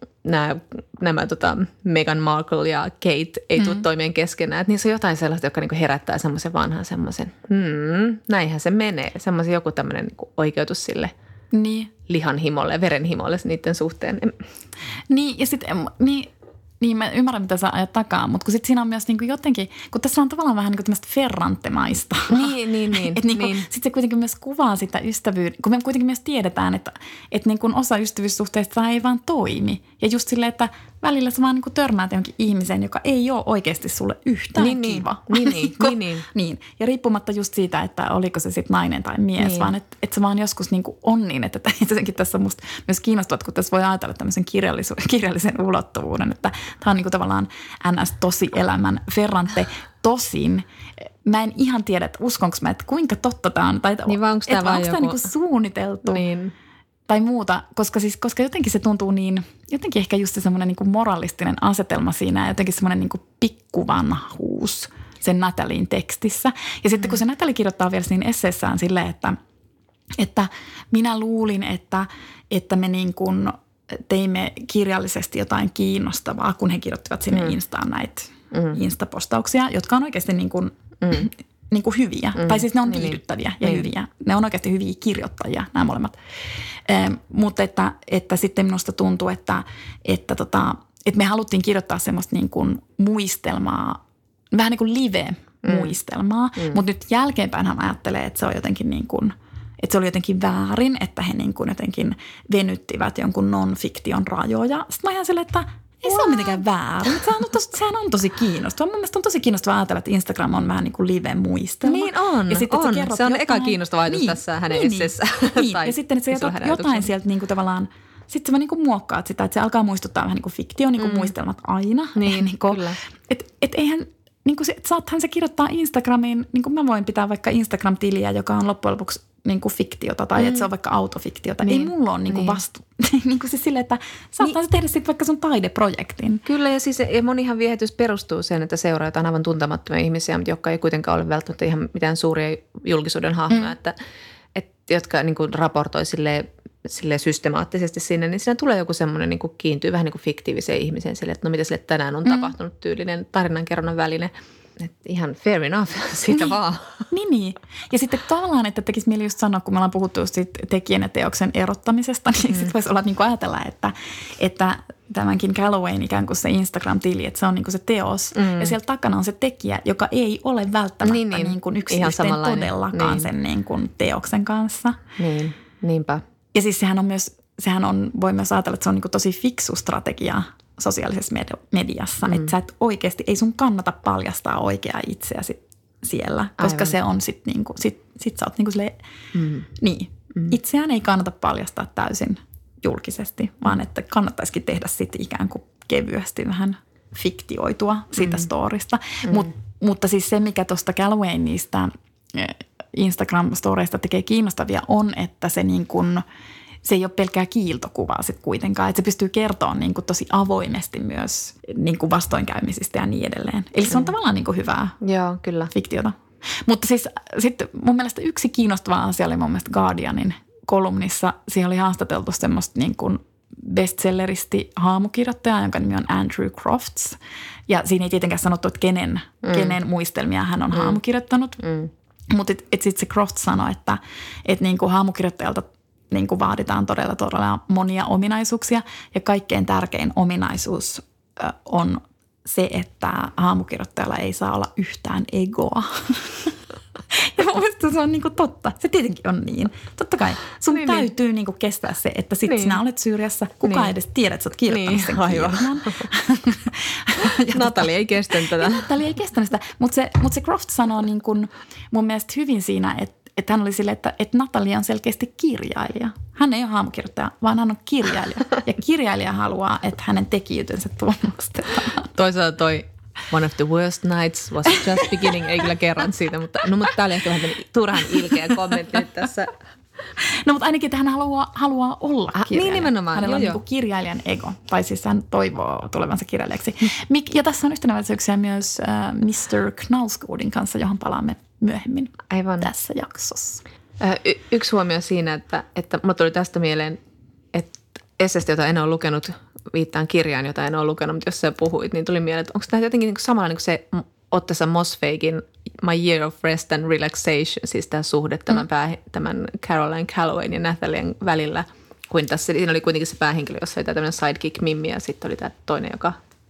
nämä Meghan Markle ja Kate ei tule toimeen keskenään, että niissä on jotain sellaista, joka niin kuin herättää semmoisen vanhan semmoisen, näinhän se menee, semmoisen joku tämmöinen niin kuin oikeutus sille lihanhimolle ja verenhimolle niiden suhteen. Niin ja sitten, niin mä ymmärrän, mitä sä ajat takaa, mutta kun sitten siinä on myös niin kuin jotenkin, kun tässä on tavallaan vähän niin kuin tämmöistä ferrantemaista. Niin. Että niin sitten se kuitenkin myös kuvaa sitä ystävyyttä, kun me kuitenkin myös tiedetään, että niin kuin osa ystävyyssuhteista ei vaan toimi. Ja just silleen, että välillä sä vaan niin kuin törmäät johonkin ihmiseen, joka ei ole oikeasti sulle yhtään kiva. Niin. Ja riippumatta just siitä, että oliko se sitten nainen tai mies, vaan että se vaan joskus niin kuin on niin, että jotenkin tässä on musta myös kiinnostavat, kun tässä voi ajatella tämmöisen kirjallisen ulottuvuuden, että tämä on niin kuin tavallaan NS-tosielämän ferrante. Tosin mä en ihan tiedä, että uskonko mä, että kuinka totta tämä on. Tai niin onko tämä vaan joku niin kuin suunniteltu tai muuta, koska jotenkin se tuntuu niin, jotenkin ehkä just se semmoinen niin kuin moralistinen asetelma siinä ja jotenkin semmoinen niin kuin pikkuvanhuus sen Natalien tekstissä. Ja sitten kun se Natalie kirjoittaa vielä siinä esseessään silleen, että minä luulin, että me niin kuin teimme kirjallisesti jotain kiinnostavaa, kun he kirjoittivat sinne Instaan näitä Insta-postauksia, jotka on oikeasti niin kuin hyviä. Tai siis ne on viihdyttäviä ja hyviä. Ne on oikeasti hyviä kirjoittajia, nämä molemmat. Mutta että sitten minusta tuntuu, että me haluttiin kirjoittaa semmoista niin kuin muistelmaa, vähän niin kuin live-muistelmaa. Mutta nyt jälkeenpäin hän ajattelee, että se on jotenkin niin kuin, että se oli jotenkin väärin, että he niin kuin jotenkin venyttivät jonkun non-fiktion rajoja. Sitten mä ihan silleen, että ei se ole mitenkään väärin. Sehän on tosi kiinnostavaa. Mun mielestä on tosi kiinnostavaa ajatella, että Instagram on vähän niin kuin live-muistelma. Niin on, ja sitten, on. Se on jotain, eka kiinnostava ajatus tässä hänen esseessä. Niin. Ja sitten, että sä jotain sieltä niin kuin tavallaan, sitten sä niin kuin muokkaat sitä, että se alkaa muistuttaa vähän niin kuin fiktio, niin kuin muistelmat aina. Niin kyllä. Että eihän, niin kuin saathan se kirjoittaa Instagramiin, niin kuin mä voin pitää vaikka Instagram-tiliä, joka on loppujen lopuksi niin kuin fiktiota tai että se on vaikka autofiktiota. Ei mulla ole niin kuin niin kuin siis silleen, että saattaa se tehdä sitten vaikka sun taideprojektin. Kyllä ja siis ja monihan viehätys perustuu sen, että seuraa jotain aivan tuntemattomia ihmisiä, mutta jotka ei kuitenkaan ole välttämättä ihan mitään suuria julkisuuden hahmoja, että jotka niin kuin raportoi silleen systemaattisesti sinne, niin siinä tulee joku semmoinen niin kuin kiintyy vähän niin kuin fiktiiviseen ihmiseen sille, että no mitä sille tänään on tapahtunut tyylinen tarinankerronnan väline. Että ihan fair enough, siitä vaan. Niin. Ja sitten tavallaan, että tekisi mieli just sanoa, kun me ollaan puhuttu just tekijän ja teoksen erottamisesta, niin sitten voisi olla niin kuin ajatella, että tämänkin Callowayn ikään kuin se Instagram-tili, että se on niin kuin se teos. Ja siellä takana on se tekijä, joka ei ole välttämättä niin kuin yksi yhteen todellakaan sen niin kuin teoksen kanssa. Niin, niinpä. Ja siis voi myös ajatella, että se on niin kuin tosi fiksu strategia sosiaalisessa mediassa, että sä et oikeasti, ei sun kannata paljastaa oikeaa itseäsi siellä, koska se on sit niinku, sit sä oot niinku silleen, itseään ei kannata paljastaa täysin julkisesti, vaan että kannattaisikin tehdä sit ikään kuin kevyesti vähän fiktioitua siitä storista. Mutta siis se, mikä tuosta Callowayn niistä Instagram-storeista tekee kiinnostavia on, että se niin kuin se ei ole pelkkää kiiltokuvaa sitten kuitenkaan, että se pystyy kertoa niin kuin tosi avoimesti myös niin kuin vastoinkäymisistä ja niin edelleen. Eli se on tavallaan niin kuin hyvää fiktiota. Mutta siis sitten mun mielestä yksi kiinnostava asia oli mun mielestä Guardianin kolumnissa. Siihen oli haastateltu semmoista niin kuin bestselleristi haamukirjoittajaa, jonka nimi on Andrew Crofts. Ja siinä ei tietenkään sanottu, että kenen muistelmia hän on haamukirjoittanut. Mutta sitten se Crofts sanoi, että niin kuin haamukirjoittajalta niin kuin vaaditaan todella monia ominaisuuksia ja kaikkein tärkein ominaisuus on se, että haamukirjoittajalla ei saa olla yhtään egoa. Ja mun mielestä se on niin kuin totta. Se tietenkin on niin. Totta kai sun täytyy niin kuin kestää se, että sit sinä olet Syyriassa. Kukaan ei edes tiedä, että sä oot kirjoittanut sen kirjan. Natalie ei kestänyt tätä. Natalie ei kestänyt sitä. Mutta se Croft sanoo niin kuin mun mielestä hyvin siinä, että hän oli silleen, että Natalie on selkeästi kirjailija. Hän ei ole haamukirjoittaja, vaan hän on kirjailija. Ja kirjailija haluaa, että hänen tekijyytensä tunnustetaan. Toisaalta toi One of the worst nights was just beginning. Ei kyllä kerran siitä, mutta tämä oli ehkä vähän turhan ilkeä kommentti nyt tässä. No mutta ainakin, että hän haluaa olla kirjailija. Niin nimenomaan. Hänellä on niin kuin kirjailijan ego. Tai siis hän toivoo tulevansa kirjailijaksi. Ja tässä on yhtäläisyyksiä myös Mr. Knausgårdin kanssa, johon palaamme myöhemmin tässä jaksossa. Yksi huomio siinä, että mulle tuli tästä mieleen, että essestä, jota en ole lukenut, viittaan kirjaan, jota en ole lukenut, mutta jos sä puhuit, niin tuli mieleen, että onko tämä jotenkin niin samalla niin kuin se Ottessa Mosfeikin My Year of Rest and Relaxation, siis tämä suhde tämän Caroline Callowayn ja Nathalien välillä, kuin tässä, siinä oli kuitenkin se päähenkilö, jossa oli tämä tämmöinen sidekick-mimmi ja sitten oli tämä toinen, joka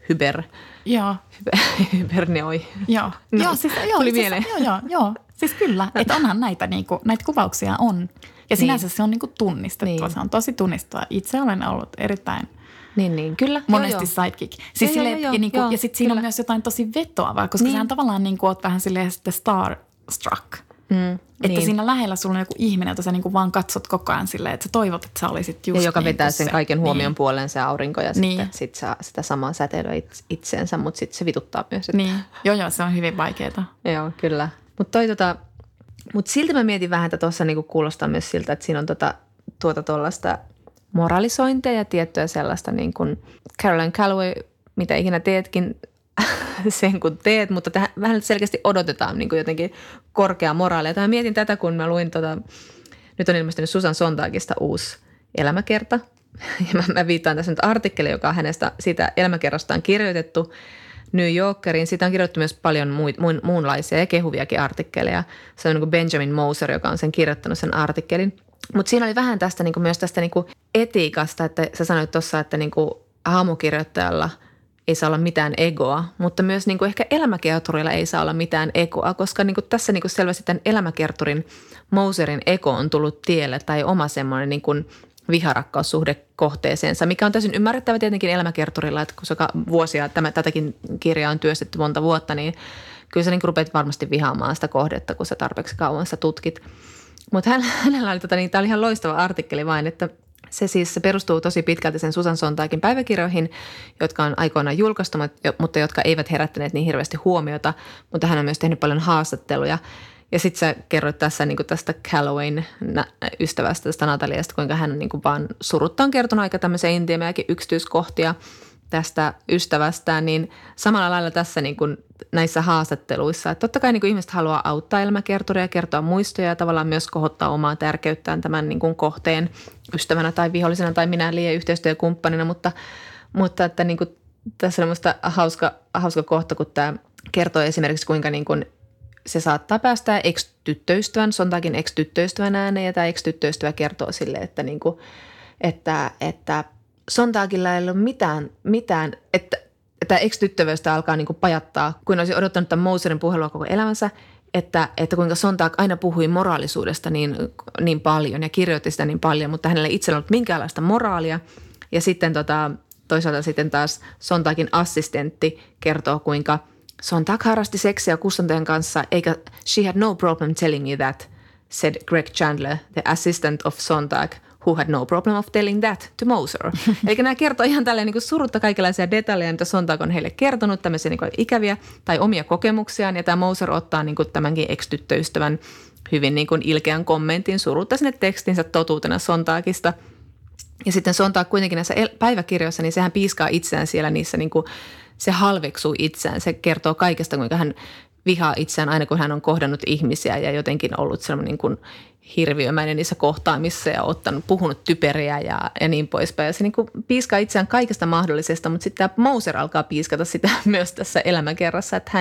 hyberneoi. Joo, tuli mieleen. Joo, siis kyllä, että onhan näitä kuvauksia on. Ja sinänsä se on niinku tunnistettua, se on tosi tunnistettua. Itse olen ollut erittäin kyllä. monesti sidekick. Siis ja sitten siinä on myös jotain tosi vetoavaa, koska sehän tavallaan niinku oot vähän silleen sitten starstruck. Että siinä lähellä sulla on joku ihminen, jota sä niinku vaan katsot koko ajan silleen, että sä toivot, että sä olisit just ja joka vetää sen kaiken huomion puoleen se aurinko ja sitten saa sitä samaa säteilyä itseensä, mutta sitten se vituttaa myös. Että... Niin, joo, se on hyvin vaikeaa. Joo, kyllä. Mutta Mutta silti mä mietin vähän, että tuossa niinku kuulostaa myös siltä, että siinä on tuollaista moralisointia ja tiettyä sellaista niin kuin Caroline Calloway, mitä ikinä teetkin, sen kun teet, mutta vähän selkeästi odotetaan niin kuin jotenkin korkeaa moraalia. Mä mietin tätä, kun mä luin, nyt on ilmestynyt Susan Sontagista uusi elämäkerta. Ja mä viittaan tässä nyt artikkeli, joka on hänestä siitä elämäkerrastaan kirjoitettu New Yorkeriin. Siitä on kirjoitettu myös paljon muunlaisia ja kehuviakin artikkeleja. Se on niin kuin Benjamin Moser, joka on sen kirjoittanut sen artikkelin. Mutta siinä oli vähän tästä niin kuin myös tästä niin kuin etiikasta, että sä sanoit tuossa, että niin kuin haamukirjoittajalla ei saa olla mitään egoa, mutta myös niin kuin ehkä elämäkerturilla ei saa olla mitään egoa, koska niin kuin tässä niin kuin selvästi tämän elämäkerturin Moserin ego on tullut tielle tai oma semmoinen niin kuin viharakkaussuhde kohteeseensa, mikä on täysin ymmärrettävä tietenkin elämäkerturilla, että kun vuosia tätäkin kirjaa on työstetty monta vuotta, niin kyllä sä niin rupeat varmasti vihaamaan sitä kohdetta, kun sä tarpeeksi kauan sitä tutkit. Mutta hänellä oli, tämä oli ihan loistava artikkeli vain, että se perustuu tosi pitkälti sen Susan Sontagin päiväkirjoihin, jotka on aikoinaan julkaistu, mutta jotka eivät herättäneet niin hirveästi huomiota, mutta hän on myös tehnyt paljon haastatteluja. Ja sitten sä kerroit tässä niin kuin tästä Callowayn ystävästä, tästä Nataliasta, kuinka hän niin kuin vaan suruttaan kertonut aika tämmöisiä intiimejäkin yksityiskohtia tästä ystävästään, niin samalla lailla tässä niin kuin näissä haastatteluissa, että totta kai niin kuin ihmiset haluaa auttaa elämäkerturia ja kertoa muistoja ja tavallaan myös kohottaa omaa tärkeyttään tämän niin kuin kohteen ystävänä tai vihollisena tai minä liian yhteistyökumppanina, mutta että niin kuin tässä on musta hauska kohta, kun tämä kertoo esimerkiksi kuinka niin kuin se saattaa päästä ex-tyttöystävän, Sontagin ex-tyttöystävän ääneen ja tämä ex-tyttöystävä kertoo sille, että, niin kuin, että Sontagilla ei ole mitään että ex-tyttöystä alkaa niin kuin pajattaa, kun olisi odottanut tämän Moserin puhelua koko elämänsä, että kuinka Sontag aina puhui moraalisuudesta niin paljon ja kirjoitti sitä niin paljon, mutta hänellä ei itsellä ollut minkäänlaista moraalia. Ja sitten toisaalta sitten taas Sontagin assistentti kertoo, kuinka Sontag harrasti seksiä kustantajan kanssa, eikä she had no problem telling me that, said Greg Chandler, the assistant of Sontag, who had no problem of telling that to Moser. Eli nämä kertoo ihan tälleen niin kuin surutta kaikenlaisia detaljeja, mitä Sontag on heille kertonut, tämmöisiä niin kuin ikäviä tai omia kokemuksiaan. Ja tämä Moser ottaa niin kuin tämänkin ex-tyttöystävän hyvin niin kuin ilkeän kommentin, surutta sinne tekstinsä totuutena Sontagista. Ja sitten Sontag kuitenkin näissä päiväkirjoissa, niin sehän piiskaa itseään siellä niissä niin kuin se halveksuu itseään. Se kertoo kaikesta, kuinka hän vihaa itseään aina, kun hän on kohdannut ihmisiä ja jotenkin ollut sellainen niin kuin hirviömäinen niissä kohtaamissa ja puhunut typeriä ja niin poispäin. Ja se niin kuin piiskaa itseään kaikesta mahdollisesta, mutta sitten tämä Moser alkaa piiskata sitä myös tässä elämäkerrassa, että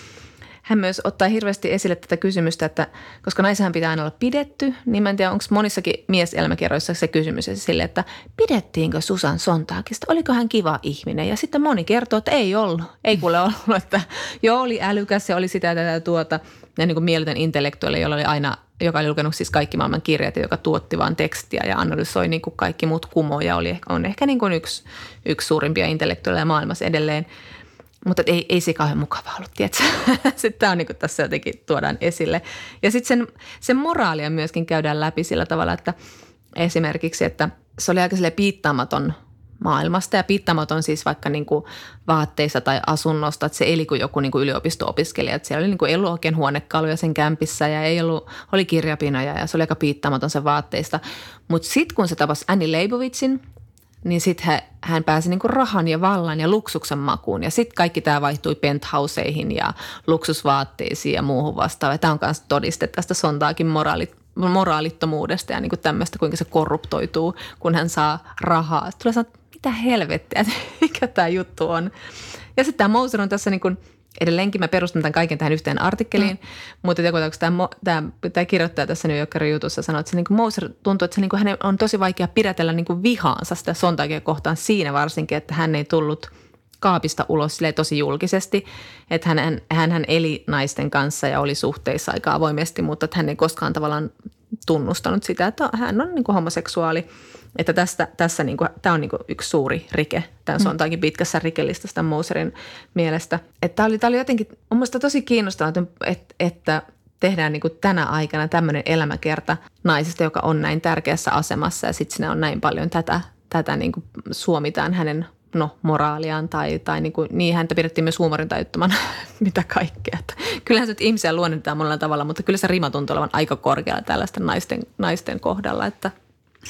hän myös ottaa hirveästi esille tätä kysymystä, että koska naissahan pitää aina olla pidetty, niin mä en tiedä, onko monissakin mieselämäkerroissa se kysymys sille, että pidettiinkö Susan Sontagista, oliko hän kiva ihminen? Ja sitten moni kertoo, että ei ollut, ei kuule ollut, että joo, oli älykäs ja oli sitä ja tätä tuota. Ja niin kuin mieletön intellektuaali, joka oli lukenut siis kaikki maailman kirjat, joka tuotti vaan tekstiä ja analysoi niin kuin kaikki muut kumoja, on ehkä niin kuin yksi suurimpia intellektuaaleja maailmassa edelleen. Mutta ei se kauhean mukavaa ollut, tiedätkö? Sitten tämä on niin kuin tässä jotenkin tuodaan esille. Ja sitten sen moraalia myöskin käydään läpi sillä tavalla, että esimerkiksi, että se oli aika piittaamaton maailmasta ja piittaamaton siis vaikka niin kuin vaatteissa tai asunnosta, että se eli kuin joku niin kuin yliopisto-opiskelija. Että siellä oli niin kuin ei ollut oikein huonekaluja sen kämpissä ja oli kirjapinoja ja se oli aika piittaamaton sen vaatteista. Mutta sitten kun se tapasi Annie Leibovitsin, niin sitten hän pääsi niinku rahan ja vallan ja luksuksen makuun. Ja sitten kaikki tämä vaihtui penthouseihin ja luksusvaatteisiin ja muuhun vastaavaan. Tämä on myös todiste tästä Sontagin moraalittomuudesta ja niinku tämmöistä, kuinka se korruptoituu, kun hän saa rahaa. Sitten tulee sanoa, että mitä helvettiä, mikä tämä juttu on. Ja sitten tämä Moser on tässä niinku, edelleenkin mä perustan tämän kaiken tähän yhteen artikkeliin, mutta tämä kirjoittaja tässä New Yorkerin jutussa sanoi, että se niin Moser tuntuu, että se, niin hänen on tosi vaikea pidätellä niin vihaansa sitä Sontagia kohtaan siinä varsinkin, että hän ei tullut kaapista ulos tosi julkisesti, että hän eli naisten kanssa ja oli suhteissa aika avoimesti, mutta että hän ei koskaan tavallaan tunnustanut sitä, että hän on niin homoseksuaali. Että tässä niin kuin, tämä on niin kuin yksi suuri rike, tämän Sontagin pitkässä rikelistasta Moserin mielestä. Että tämä oli jotenkin, on mielestäni tosi kiinnostavaa, että tehdään niin kuin tänä aikana tämmöinen elämäkerta naisesta, joka on näin tärkeässä asemassa ja sitten siinä on näin paljon tätä niin kuin suomitaan hänen moraaliaan tai niin häntä pidettiin myös huumorintajuttomana, mitä kaikkea. Että kyllähän se ihmisiä luonnetaan monella tavalla, mutta kyllä se rima tuntuu olevan aika korkealla tällaisten naisten kohdalla, että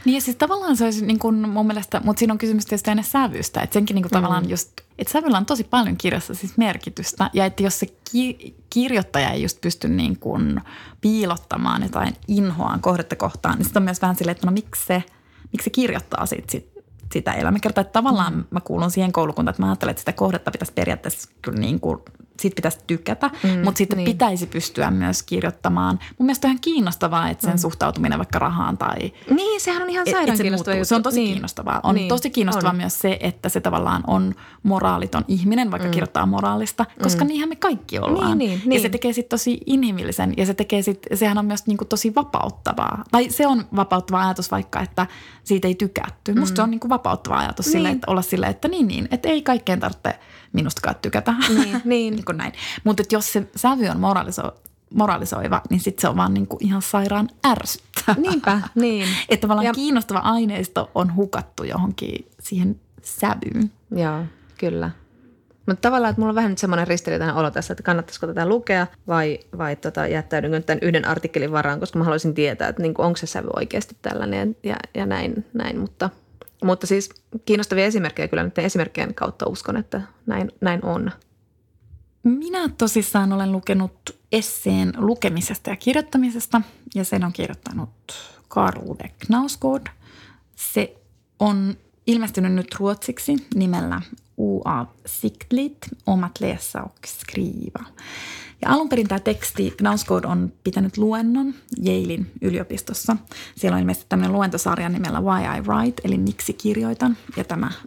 Niin ja siis tavallaan se olisi niin kuin mun mielestä, mutta siinä on kysymys tietysti aina sävystä. Että senkin niin kuin tavallaan just, että sävyllä on tosi paljon kirjassa siis merkitystä. Ja että jos se kirjoittaja ei just pysty niin kuin piilottamaan jotain inhoaan kohdetta kohtaan, niin sitten on myös vähän silleen, että no miksi se kirjoittaa sitä elämäkertaa. Että tavallaan mä kuulun siihen koulukuntaan, että mä ajattelen, että sitä kohdetta pitäisi periaatteessa kyllä niin kuin, siitä pitäisi tykätä, mutta sitten pitäisi pystyä myös kirjoittamaan. Mun mielestä on ihan kiinnostavaa, että sen suhtautuminen vaikka rahaan tai... Niin, sehän on ihan sairaan kiinnostavaa. Se on tosi kiinnostavaa. On tosi kiinnostavaa myös se, että se tavallaan on moraaliton ihminen, vaikka kirjoittaa moraalista, koska niinhän me kaikki ollaan. Niin. Ja se tekee sitten tosi inhimillisen ja sehän on myös niin kuin tosi vapauttavaa. Tai se on vapauttava ajatus vaikka, että siitä ei tykätty. Musta se on niin kuin vapauttava ajatus sille, että olla silleen, että niin, että ei kaikkeen tarvitse minustakaan tykätä. Niin kuin näin. Mutta jos se sävy on moralisoiva, niin sitten se on vaan niin kuin ihan sairaan ärsyttävää. Niinpä, niin. Että tavallaan kiinnostava aineisto on hukattu johonkin siihen sävyyn. Joo, kyllä. Mutta tavallaan, että mulla on vähän nyt semmoinen ristiriitainen olo tässä, että kannattaisiko tätä lukea vai jättäydynkö tämän yhden artikkelin varaan, koska mä haluaisin tietää, että niinku, onko se sävy oikeasti tällainen ja näin. Mutta siis kiinnostavia esimerkkejä kyllä nyt esimerkkien kautta uskon, että näin on. Minä tosissaan olen lukenut esseen lukemisesta ja kirjoittamisesta ja sen on kirjoittanut Karl Ove Knausgård. Se on ilmestynyt nyt ruotsiksi nimellä Oavsiktligt om att läsa och skriva. Ja alun perin tämä teksti, Knausgård on pitänyt luennon Yalein yliopistossa. Siellä on ilmeisesti tämmöinen luentosarja nimellä Why I Write, eli miksi kirjoitan. Ja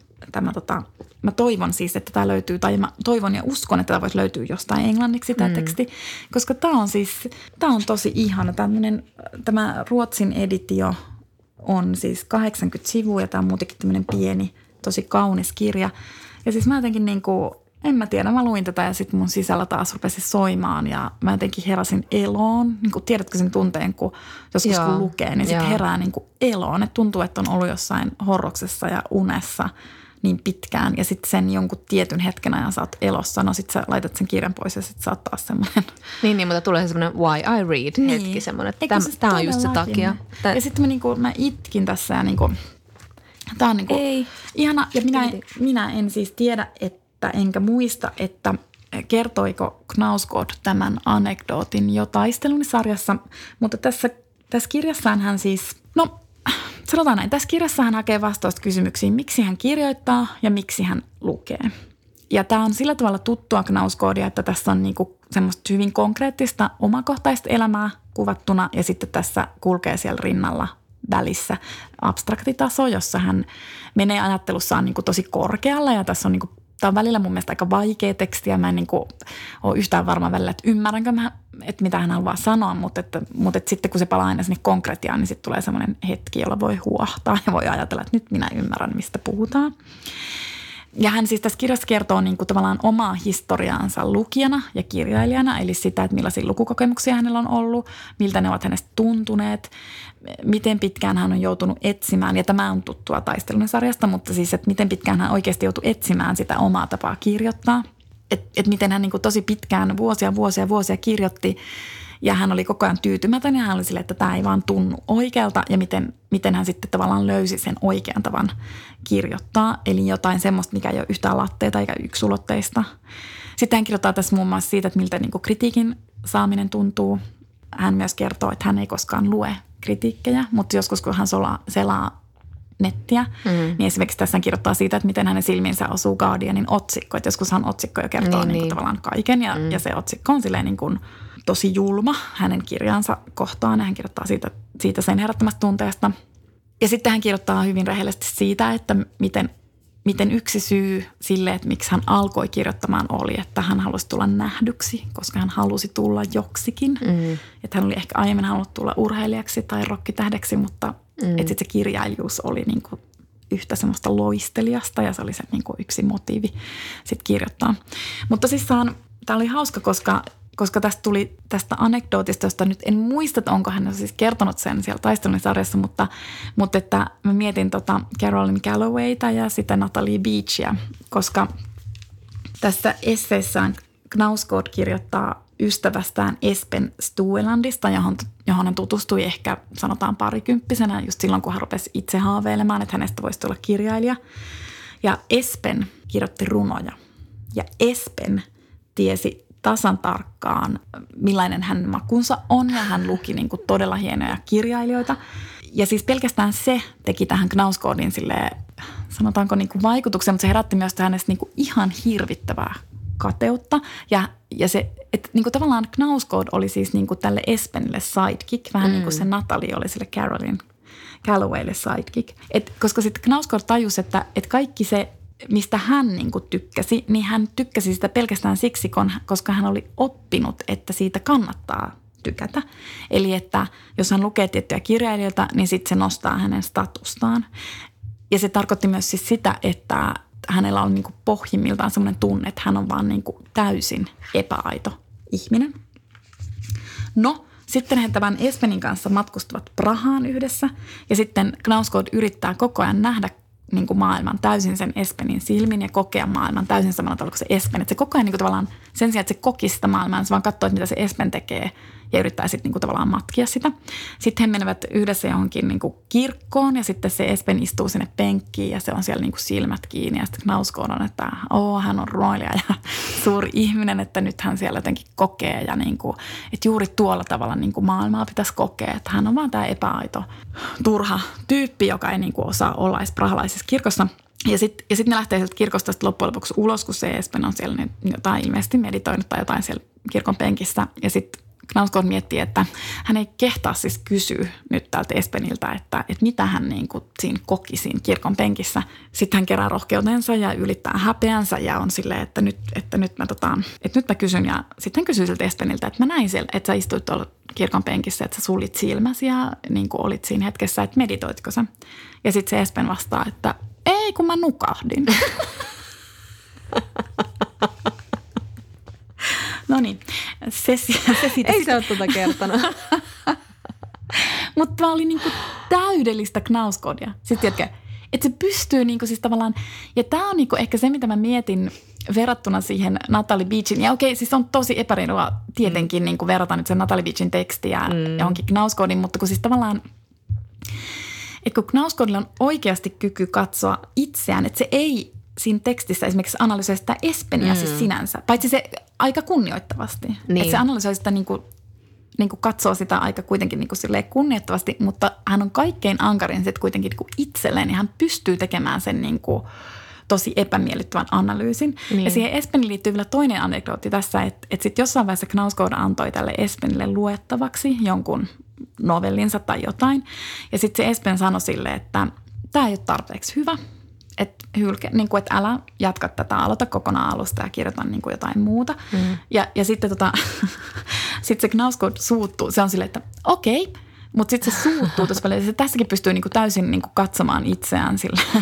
mä toivon siis, että tämä löytyy, tai mä toivon ja uskon, että tämä voisi löytyä jostain englanniksi tämä teksti. Koska tämä on tosi ihana. Tämä Ruotsin editio on siis 80 sivua ja tämä on muutenkin tämmöinen pieni, tosi kaunis kirja. Ja siis mä jotenkin en mä tiedä, mä luin tätä ja sitten mun sisällä taas rupesi soimaan ja mä jotenkin heräsin eloon. Tiedätkö sen tunteen, kun joskus kun lukee, niin sitten herää eloon. Et tuntuu, että on ollut jossain horroksessa ja unessa niin pitkään ja sitten sen jonkun tietyn hetken ajan sä oot elossa. No sit sä laitat sen kirjan pois ja sit sä oot taas semmoinen. Niin, mutta tulee semmoinen why I read hetki semmoinen, että tämä on just se takia. Ja sitten mä itkin tässä ja tää on ihana ja minä en siis tiedä, että enkä muista, että kertoiko Knausgård tämän anekdootin jo taistelunisarjassa, mutta tässä kirjassaan hän siis, sanotaan näin, tässä kirjassa hän hakee vastausta kysymyksiin, miksi hän kirjoittaa ja miksi hän lukee. Ja tämä on sillä tavalla tuttua Knausgårdia, että tässä on semmoista hyvin konkreettista omakohtaista elämää kuvattuna ja sitten tässä kulkee siellä rinnalla välissä abstraktitaso, jossa hän menee ajattelussaan tosi korkealla ja tässä on tämä on välillä mun mielestä aika vaikea teksti ja mä en ole yhtään varma välillä, että ymmärränkö mä, että mitä hän haluaa sanoa, mutta sitten kun se palaa aina sinne konkretiaan, niin sitten tulee semmoinen hetki, jolla voi huohtaa ja voi ajatella, että nyt minä ymmärrän, mistä puhutaan. Ja hän siis tässä kirjassa kertoo tavallaan omaa historiaansa lukijana ja kirjailijana, eli sitä, että millaisia lukukokemuksia hänellä on ollut, miltä ne ovat hänestä tuntuneet, miten pitkään hän on joutunut etsimään, ja tämä on tuttua taistelunisarjasta, mutta siis, että miten pitkään hän oikeasti joutui etsimään sitä omaa tapaa kirjoittaa, että miten hän tosi pitkään vuosia kirjoitti, ja hän oli koko ajan tyytymätön ja hän oli silleen, että tämä ei vaan tunnu oikealta ja miten hän sitten tavallaan löysi sen oikean tavan kirjoittaa. Eli jotain semmoista, mikä ei ole yhtään latteita eikä yksulotteista. Sitten hän kirjoittaa tässä muun muassa siitä, että miltä kritiikin saaminen tuntuu. Hän myös kertoo, että hän ei koskaan lue kritiikkejä, mutta joskus kun hän selaa nettiä, niin esimerkiksi tässä hän kirjoittaa siitä, että miten hänen silmiinsä osuu Guardianin otsikko. Että joskushan otsikko jo kertoo tavallaan kaiken ja se otsikko on silleen tosi julma hänen kirjansa kohtaan ja hän kirjoittaa siitä sen herättämästä tunteesta. Ja sitten hän kirjoittaa hyvin rehellisesti siitä, että miten yksi syy sille, että miksi hän alkoi kirjoittamaan oli, että hän halusi tulla nähdyksi, koska hän halusi tulla joksikin. Että hän oli ehkä aiemmin halunnut tulla urheilijaksi tai rokkitähdeksi, mutta että sitten se kirjailijuus oli yhtä semmoista loistelijasta ja se oli se yksi motiivi sitten kirjoittaa. Mutta siis tämä oli hauska, koska tästä tuli tästä anekdootista, josta nyt en muista, että onko hän siis kertonut sen siellä taistelunisarjassa, mutta että mä mietin Carolyn Gallowayta ja sitten Natalie Beachia, koska tässä esseessään Knausgård kirjoittaa ystävästään Espen Stuelandista, johon hän tutustui ehkä sanotaan parikymppisenä just silloin, kun hän rupesi itse haaveilemaan, että hänestä voisi tulla kirjailija. Ja Espen kirjoitti runoja. Ja Espen tiesi tasan tarkkaan, millainen hänen makunsa on, ja hän luki niin kuin todella hienoja kirjailijoita. Ja siis pelkästään se teki tähän Knausgårdin silleen, sanotaanko niin kuin vaikutuksen, mutta se herätti myös hänestä niin kuin ihan hirvittävää kateutta. Ja se, että niin kuin tavallaan Knausgård oli siis niin kuin tälle Espenille sidekick, vähän niin kuin se Natalie oli sille Caroline Callowaylle sidekick. Koska sitten Knausgård tajusi, että kaikki se, mistä hän niin kuin tykkäsi, niin hän tykkäsi sitä pelkästään siksi, koska hän oli oppinut, että siitä kannattaa tykätä. Eli että jos hän lukee tiettyjä kirjailijoita, niin sitten se nostaa hänen statustaan. Ja se tarkoitti myös siis sitä, että hänellä on niin kuin pohjimmiltaan semmoinen tunne, että hän on vaan niin kuin täysin epäaito ihminen. No, sitten he tämän Espenin kanssa matkustavat Prahaan yhdessä ja sitten Knausgård yrittää koko ajan nähdä niin kuin maailman täysin sen Espenin silmin ja kokea maailman täysin samalla tavalla kuin se Espen. Että se koko ajan niin kuin tavallaan sen sijaan, että se koki sitä maailmaa, se vaan katsoo, että mitä se Espen tekee ja yrittää sitten niin kuin tavallaan matkia sitä. Sitten he menevät yhdessä johonkin niin kuin kirkkoon ja sitten se Espen istuu sinne penkkiin ja se on siellä niin kuin silmät kiinni. Ja sitten Knausgård on, että hän on runoilija ja suuri ihminen, että nyt hän siellä jotenkin kokee ja niin kuin, että juuri tuolla tavalla niin kuin maailmaa pitäisi kokea. Että hän on vaan tämä epäaito, turha tyyppi, joka ei niin kuin osaa olla edes prahalaisessa kirkossa. Ja sitten ne lähtee sieltä kirkosta loppujen lopuksi ulos, kun se Espen on siellä jotain ilmeisesti meditoinut tai jotain siellä kirkon penkissä. Ja sitten Knausgård miettii, että hän ei kehtaa siis kysyä nyt tältä Espeniltä, että mitä hän niin kuin siinä koki siinä kirkon penkissä. Sitten hän kerää rohkeutensa ja ylittää häpeänsä ja on silleen, että nyt mä kysyn. Ja sitten hän kysyy siltä Espeniltä, että mä näin siellä, että sä istuit tuolla kirkon penkissä, että sä sulit silmäsi ja niin kuin olit siinä hetkessä, että meditoitko sä. Ja sitten se Espen vastaa, että ei, kun mä nukahdin. No niin, se siitä. Ei se ole tuota kertonut. Mutta tämä oli niinku täydellistä Knausgårdia. Sitten tiedätkö, että se pystyy niinku siis tavallaan, ja tämä on niinku ehkä se, mitä mä mietin verrattuna siihen Natalie Beechin. Ja okei, siis on tosi epäreilua tietenkin niinku verrata nyt sen Natalie Beechin tekstiä johonkin Knausgårdin, mutta kun siis tavallaan, että kun Knausgårdilla on oikeasti kyky katsoa itseään, että se ei siinä tekstissä esimerkiksi analysoi sitä Espeniä siis sinänsä, paitsi se aika kunnioittavasti. Niin. Että se analysoi sitä niin kuin katsoo sitä aika kuitenkin niin kuin silleen kunnioittavasti, mutta hän on kaikkein ankarin sitten kuitenkin niin kuin itselleen ja hän pystyy tekemään sen niin kuin tosi epämiellyttävän analyysin. Niin. Ja siihen Espeniin liittyy vielä toinen anekdootti tässä, että sitten jossain vaiheessa Knausgård antoi tälle Espenille luettavaksi jonkun novellinsa tai jotain. Ja sitten se Espen sanoi sille, että tämä ei ole tarpeeksi hyvä. Että että älä jatka tätä, aloita kokonaan alusta ja kirjoita niin kuin jotain muuta. Ja sitten sit se Knausgård suuttuu. Se on silleen, että okei, mutta sitten se suuttuu tosi paljon. Se tässäkin pystyy niin kuin täysin niin kuin katsomaan itseään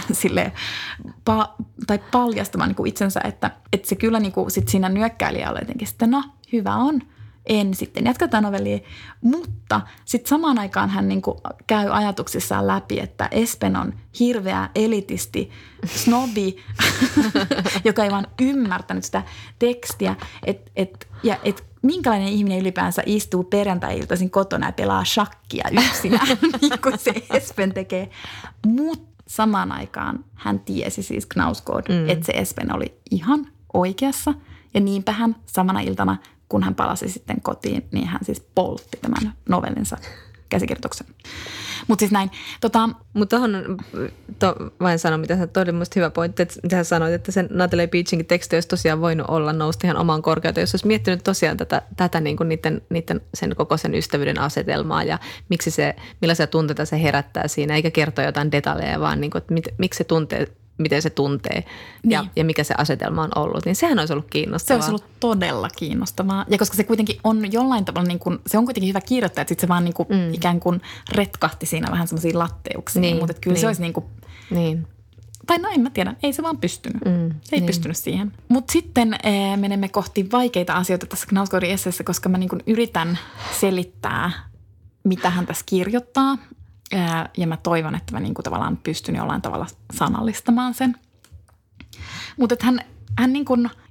tai paljastamaan niin kuin itsensä, että se kyllä niin kuin sit siinä nyökkäilijällä jotenkin sitten, no hyvä on. En sitten jatka tätä novellia, mutta sitten samaan aikaan hän niin kuin käy ajatuksissaan läpi, että Espen on hirveä elitisti, snobi, joka ei vaan ymmärtänyt sitä tekstiä, että minkälainen ihminen ylipäänsä istuu perjantai-iltaisin kotona ja pelaa shakkia yksinään, niin kuin se Espen tekee. Mutta samaan aikaan hän tiesi siis Knausgård, että se Espen oli ihan oikeassa ja niinpä hän samana iltana kun hän palasi sitten kotiin, niin hän siis poltti tämän novellinsa käsikirjoituksen. Mutta siis näin. Mutta tuohon vain sanon, mitä sä todella musta hyvä pointti, että mitä sä sanoit, että sen Natalie Beechinkin teksti olisi tosiaan voinut olla nousta ihan omaan korkeuteen, jos olisi miettinyt tosiaan tätä niin kuin niiden sen koko sen ystävyyden asetelmaa ja millaisia tunteita se herättää siinä, eikä kertoa jotain detaljeja, vaan niin kuin, että miksi se tuntee, miten se tuntee ja mikä se asetelma on ollut, niin sehän olisi ollut kiinnostavaa. Se olisi ollut todella kiinnostavaa. Ja koska se kuitenkin on jollain tavalla, niin kuin, se on kuitenkin hyvä kirjoittaa, että sitten se vaan niin kuin, ikään kuin retkahti siinä vähän semmoisia latteuksiin. Mutta kyllä se olisi niin kuin, tai no en mä tiedä, ei se vaan pystynyt. Se ei pystynyt siihen. Mutta sitten menemme kohti vaikeita asioita tässä Knausgårdin esseessä, koska mä niin kuin yritän selittää, mitä hän tässä kirjoittaa. Ja mä toivon, että mä niin kuin tavallaan pystyn jollain tavalla sanallistamaan sen. Mutta hän niin kuin,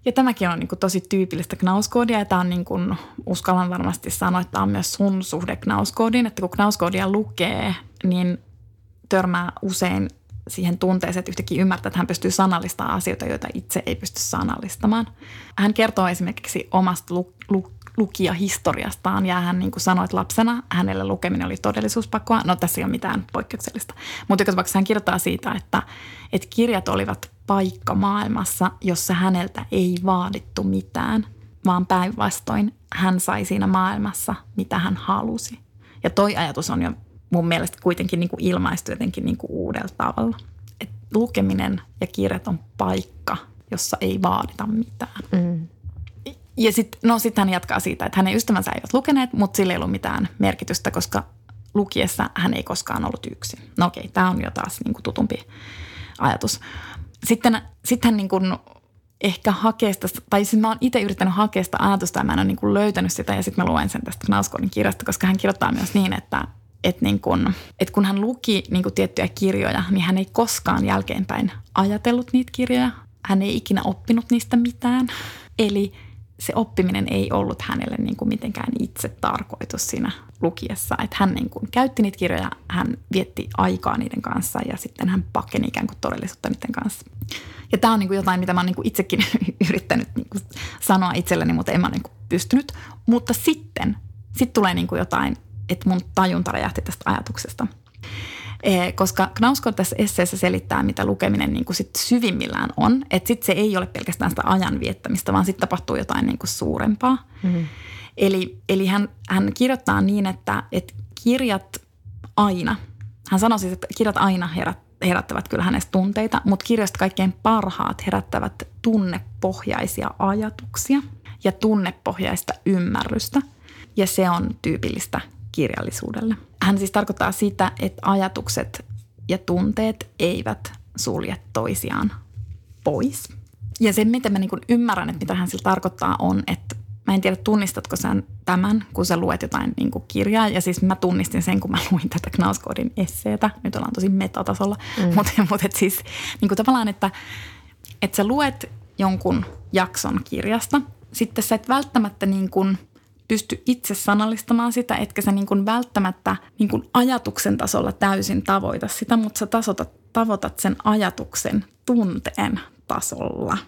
Ja tämäkin on niin kuin tosi tyypillistä Knaus-koodia ja tämä on niin kuin, uskallan varmasti sanoa, että tämä on myös sun suhde Knaus-koodiin, että kun Knaus-koodia lukee, niin törmää usein siihen tunteeseen, että yhtäkkiä ymmärtää, että hän pystyy sanallistamaan asioita, joita itse ei pysty sanallistamaan. Hän kertoo esimerkiksi omasta lukijahistoriastaan ja hän niin kuin sanoi, että lapsena hänelle lukeminen oli todellisuuspakkoa. No tässä ei ole mitään poikkeuksellista. Mutta joka tapauksessa hän kirjoittaa siitä, että kirjat olivat paikka maailmassa, jossa häneltä ei vaadittu mitään, vaan päinvastoin hän sai siinä maailmassa, mitä hän halusi. Ja toi ajatus on jo mun mielestä kuitenkin niin kuin ilmaistu jotenkin niin kuin uudella tavalla. Et lukeminen ja kirjat on paikka, jossa ei vaadita mitään. Mm. Ja sitten hän jatkaa siitä, että hänen ystävänsä eivät lukeneet, mutta sillä ei ollut mitään merkitystä, koska lukiessa hän ei koskaan ollut yksin. No okei, tämä on jo taas niin kuin tutumpi ajatus. Sitten hän niin kuin ehkä hakee sitä, tai siis mä oon itse yrittänyt hakea sitä ajatusta ja mä en ole niin kuin löytänyt sitä ja sitten mä luen sen tästä Knaus-koodin kirjasta, koska hän kirjoittaa myös niin, että kun hän luki niin kuin tiettyjä kirjoja, niin hän ei koskaan jälkeenpäin ajatellut niitä kirjoja. Hän ei ikinä oppinut niistä mitään. Eli se oppiminen ei ollut hänelle niin kuin mitenkään itse tarkoitus siinä lukiessa. Että hän niin kuin käytti niitä kirjoja, hän vietti aikaa niiden kanssa ja sitten hän pakeni ikään kuin todellisuutta niiden kanssa. Ja tämä on niin kuin jotain, mitä mä oon niin kuin itsekin yrittänyt niin kuin sanoa itselleni, mutta en mä niin kuin pystynyt. Mutta sitten tulee niin kuin jotain, että mun tajunta räjähti tästä ajatuksesta. Koska Knaus-koodi tässä esseessä selittää, mitä lukeminen niin kuin sit syvimmillään on. Että sitten se ei ole pelkästään sitä ajan viettämistä, vaan sitten tapahtuu jotain niin kuin suurempaa. Mm-hmm. Eli hän kirjoittaa niin, että kirjat aina, hän sanoi siis, että kirjat aina herättävät kyllä hänestä tunteita, mutta kirjoista kaikkein parhaat herättävät tunnepohjaisia ajatuksia ja tunnepohjaista ymmärrystä. Ja se on tyypillistä kirjallisuudelle. Hän siis tarkoittaa sitä, että ajatukset ja tunteet eivät sulje toisiaan pois. Ja se, miten mä niin kuin ymmärrän, että mitä hän sillä tarkoittaa, on, että mä en tiedä, tunnistatko sä tämän, kun sä luet jotain niin kuin kirjaa. Ja siis mä tunnistin sen, kun mä luin tätä Knaus-koodin esseetä. Nyt ollaan tosi metatasolla. Mutta siis niin kuin tavallaan, että sä luet jonkun jakson kirjasta. Sitten sä et välttämättä niin kuin pysty itse sanallistamaan sitä, etkä sä niin kuin välttämättä niin kuin ajatuksen tasolla täysin tavoita sitä, mutta sä tavoitat sen ajatuksen tunteen tasolla.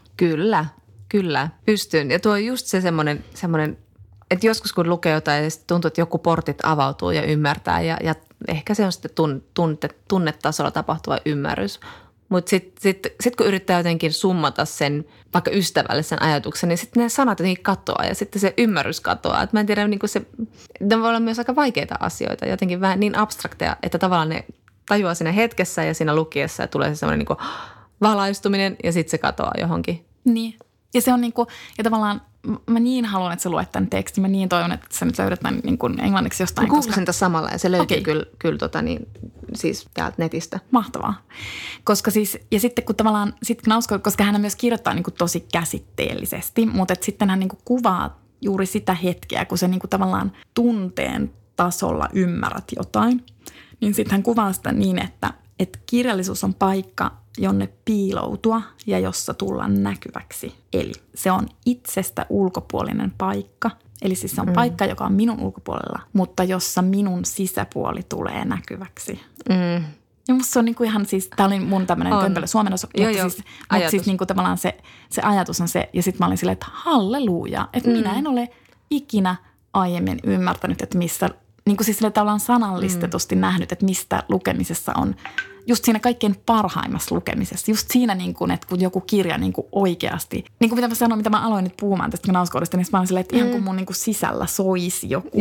Kyllä, pystyn. Ja tuo on just se semmoinen, että joskus kun lukee jotain ja tuntuu, että joku portit avautuu ja ymmärtää ja ehkä se on sitten tunnetasolla tapahtuva ymmärrys. Mutta sitten kun yrittää jotenkin summata sen vaikka ystävälle sen ajatuksen, niin sitten ne sanat jotenkin katoaa ja sitten se ymmärrys katoaa. Et mä en tiedä, niin ne voi olla myös aika vaikeita asioita, jotenkin vähän niin abstrakteja, että tavallaan ne tajuaa siinä hetkessä ja siinä lukiessa ja tulee se semmoinen niin valaistuminen ja sitten se katoaa johonkin. Niin. Ja se on niin kuin, ja tavallaan mä niin haluan, että sä luet tämän tekstin. Mä niin toivon, että sä nyt löydät tämän niin kuin englanniksi jostain. Mä googlasin tässä samalla ja se löytyy kyllä siis täältä netistä. Mahtavaa. Koska siis, ja sitten kun tavallaan, koska hän myös kirjoittaa niin kuin tosi käsitteellisesti, mutta sitten hän niin kuin kuvaa juuri sitä hetkeä, kun se niin kuin tavallaan tunteen tasolla ymmärrät jotain. Niin sitten hän kuvaa sitä niin, että kirjallisuus on paikka, jonne piiloutua ja jossa tulla näkyväksi. Eli se on itsestä ulkopuolinen paikka. Eli siis se on paikka, joka on minun ulkopuolella, mutta jossa minun sisäpuoli tulee näkyväksi. Mm. Ja musta se on niinku ihan siis, tää oli mun tämmönen kömpelö suomennos, mutta siis niinku tavallaan se ajatus on se, ja sit mä olin silleen, että halleluja, että minä en ole ikinä aiemmin ymmärtänyt, että missä, niinku siis sille tavallaan sanallistetusti nähnyt, että mistä lukemisessa on, just siinä kaikkein parhaimmassa lukemisessa. Just siinä, niin kuin, että kun joku kirja niin kuin oikeasti, niin kuin mitä mä sanoin, mitä mä aloin nyt puhumaan tästä Knaus-koodista, niin mä olin silleen, että ihan kuin mun niin kuin sisällä soisi joku.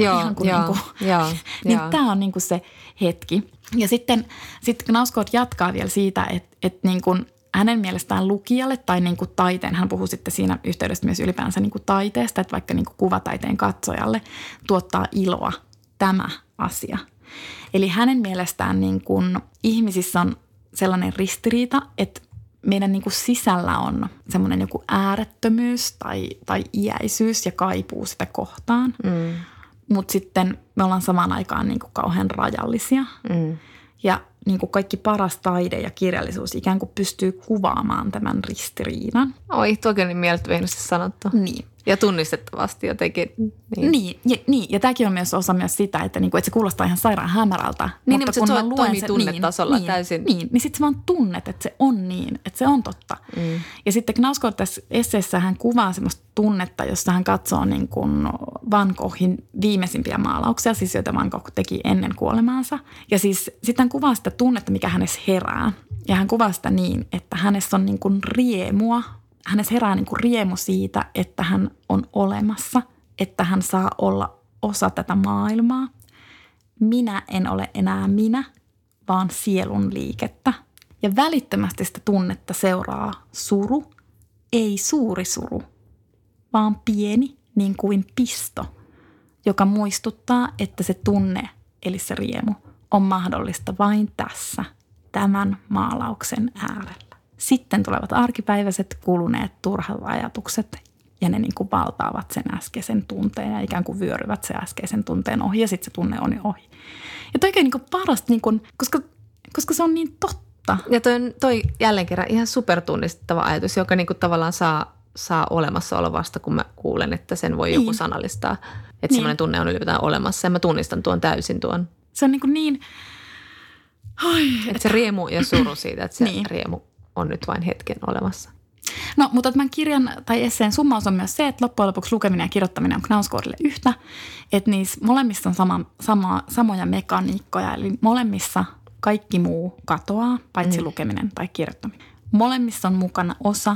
Niin tämä on niin kuin se hetki. Ja sitten Knaus-koodi jatkaa vielä siitä, että niin kuin hänen mielestään lukijalle tai niin kuin taiteen, hän puhuu sitten siinä yhteydessä myös ylipäänsä niin kuin taiteesta, että vaikka niin kuin kuvataiteen katsojalle tuottaa iloa tämä asia. Eli hänen mielestään niin kuin ihmisissä on sellainen ristiriita, että meidän niin kuin sisällä on semmoinen joku äärettömyys tai iäisyys ja kaipuu sitä kohtaan. Mutta sitten me ollaan samaan aikaan niin kuin kauhean rajallisia. Ja niin kuin kaikki paras taide ja kirjallisuus ikään kuin pystyy kuvaamaan tämän ristiriidan. Oi, toki on niin miellyttävästi sanottu. Niin. Ja tunnistettavasti jotenkin. Ja tämäkin on myös osa myös sitä, että se kuulostaa ihan sairaan hämärältä. Niin, mutta kun se toimii tunnetasolla täysin. Niin sitten sä vaan tunnet, että se on niin, että se on totta. Ja sitten Knausgård tässä esseessä hän kuvaa semmoista tunnetta, jossa hän katsoo niin kuin Van Goghin viimeisimpiä maalauksia, siis joita Van Gogh teki ennen kuolemaansa. Ja siis sitten hän kuvaa sitä tunnetta, mikä hänessä herää. Ja hän kuvaa sitä niin, että hänessä on niin kuin riemua. Hänessä herää niin kuin riemu siitä, että hän on olemassa, että hän saa olla osa tätä maailmaa. Minä en ole enää minä, vaan sielun liikettä. Ja välittömästi sitä tunnetta seuraa suru, ei suuri suru, vaan pieni niin kuin pisto, joka muistuttaa, että se tunne, eli se riemu, on mahdollista vain tässä, tämän maalauksen äärellä. Sitten tulevat arkipäiväiset, kuluneet, turhat ajatukset ja ne niin kuin valtaavat sen äskeisen tunteen ja ikään kuin vyöryvät sen äskeisen tunteen ohi ja sitten se tunne on jo ohi. Ja toi niin kuin parasta, niin kuin, koska se on niin totta. Ja toi jälleen kerran ihan supertunnistettava ajatus, joka niin kuin tavallaan saa olemassaolo vasta, kun mä kuulen, että sen voi joku sanallistaa. Että semmoinen tunne on ylipäätään olemassa ja mä tunnistan tuon täysin tuon. Se on niin että se riemu ja suru siitä, että se riemu on nyt vain hetken olemassa. No, mutta tämän kirjan tai esseen summaus on myös se, että loppujen lopuksi lukeminen ja kirjoittaminen on Knausgårdille yhtä. Että niissä molemmissa on samoja mekaniikkoja, eli molemmissa kaikki muu katoaa, paitsi lukeminen tai kirjoittaminen. Molemmissa on mukana osa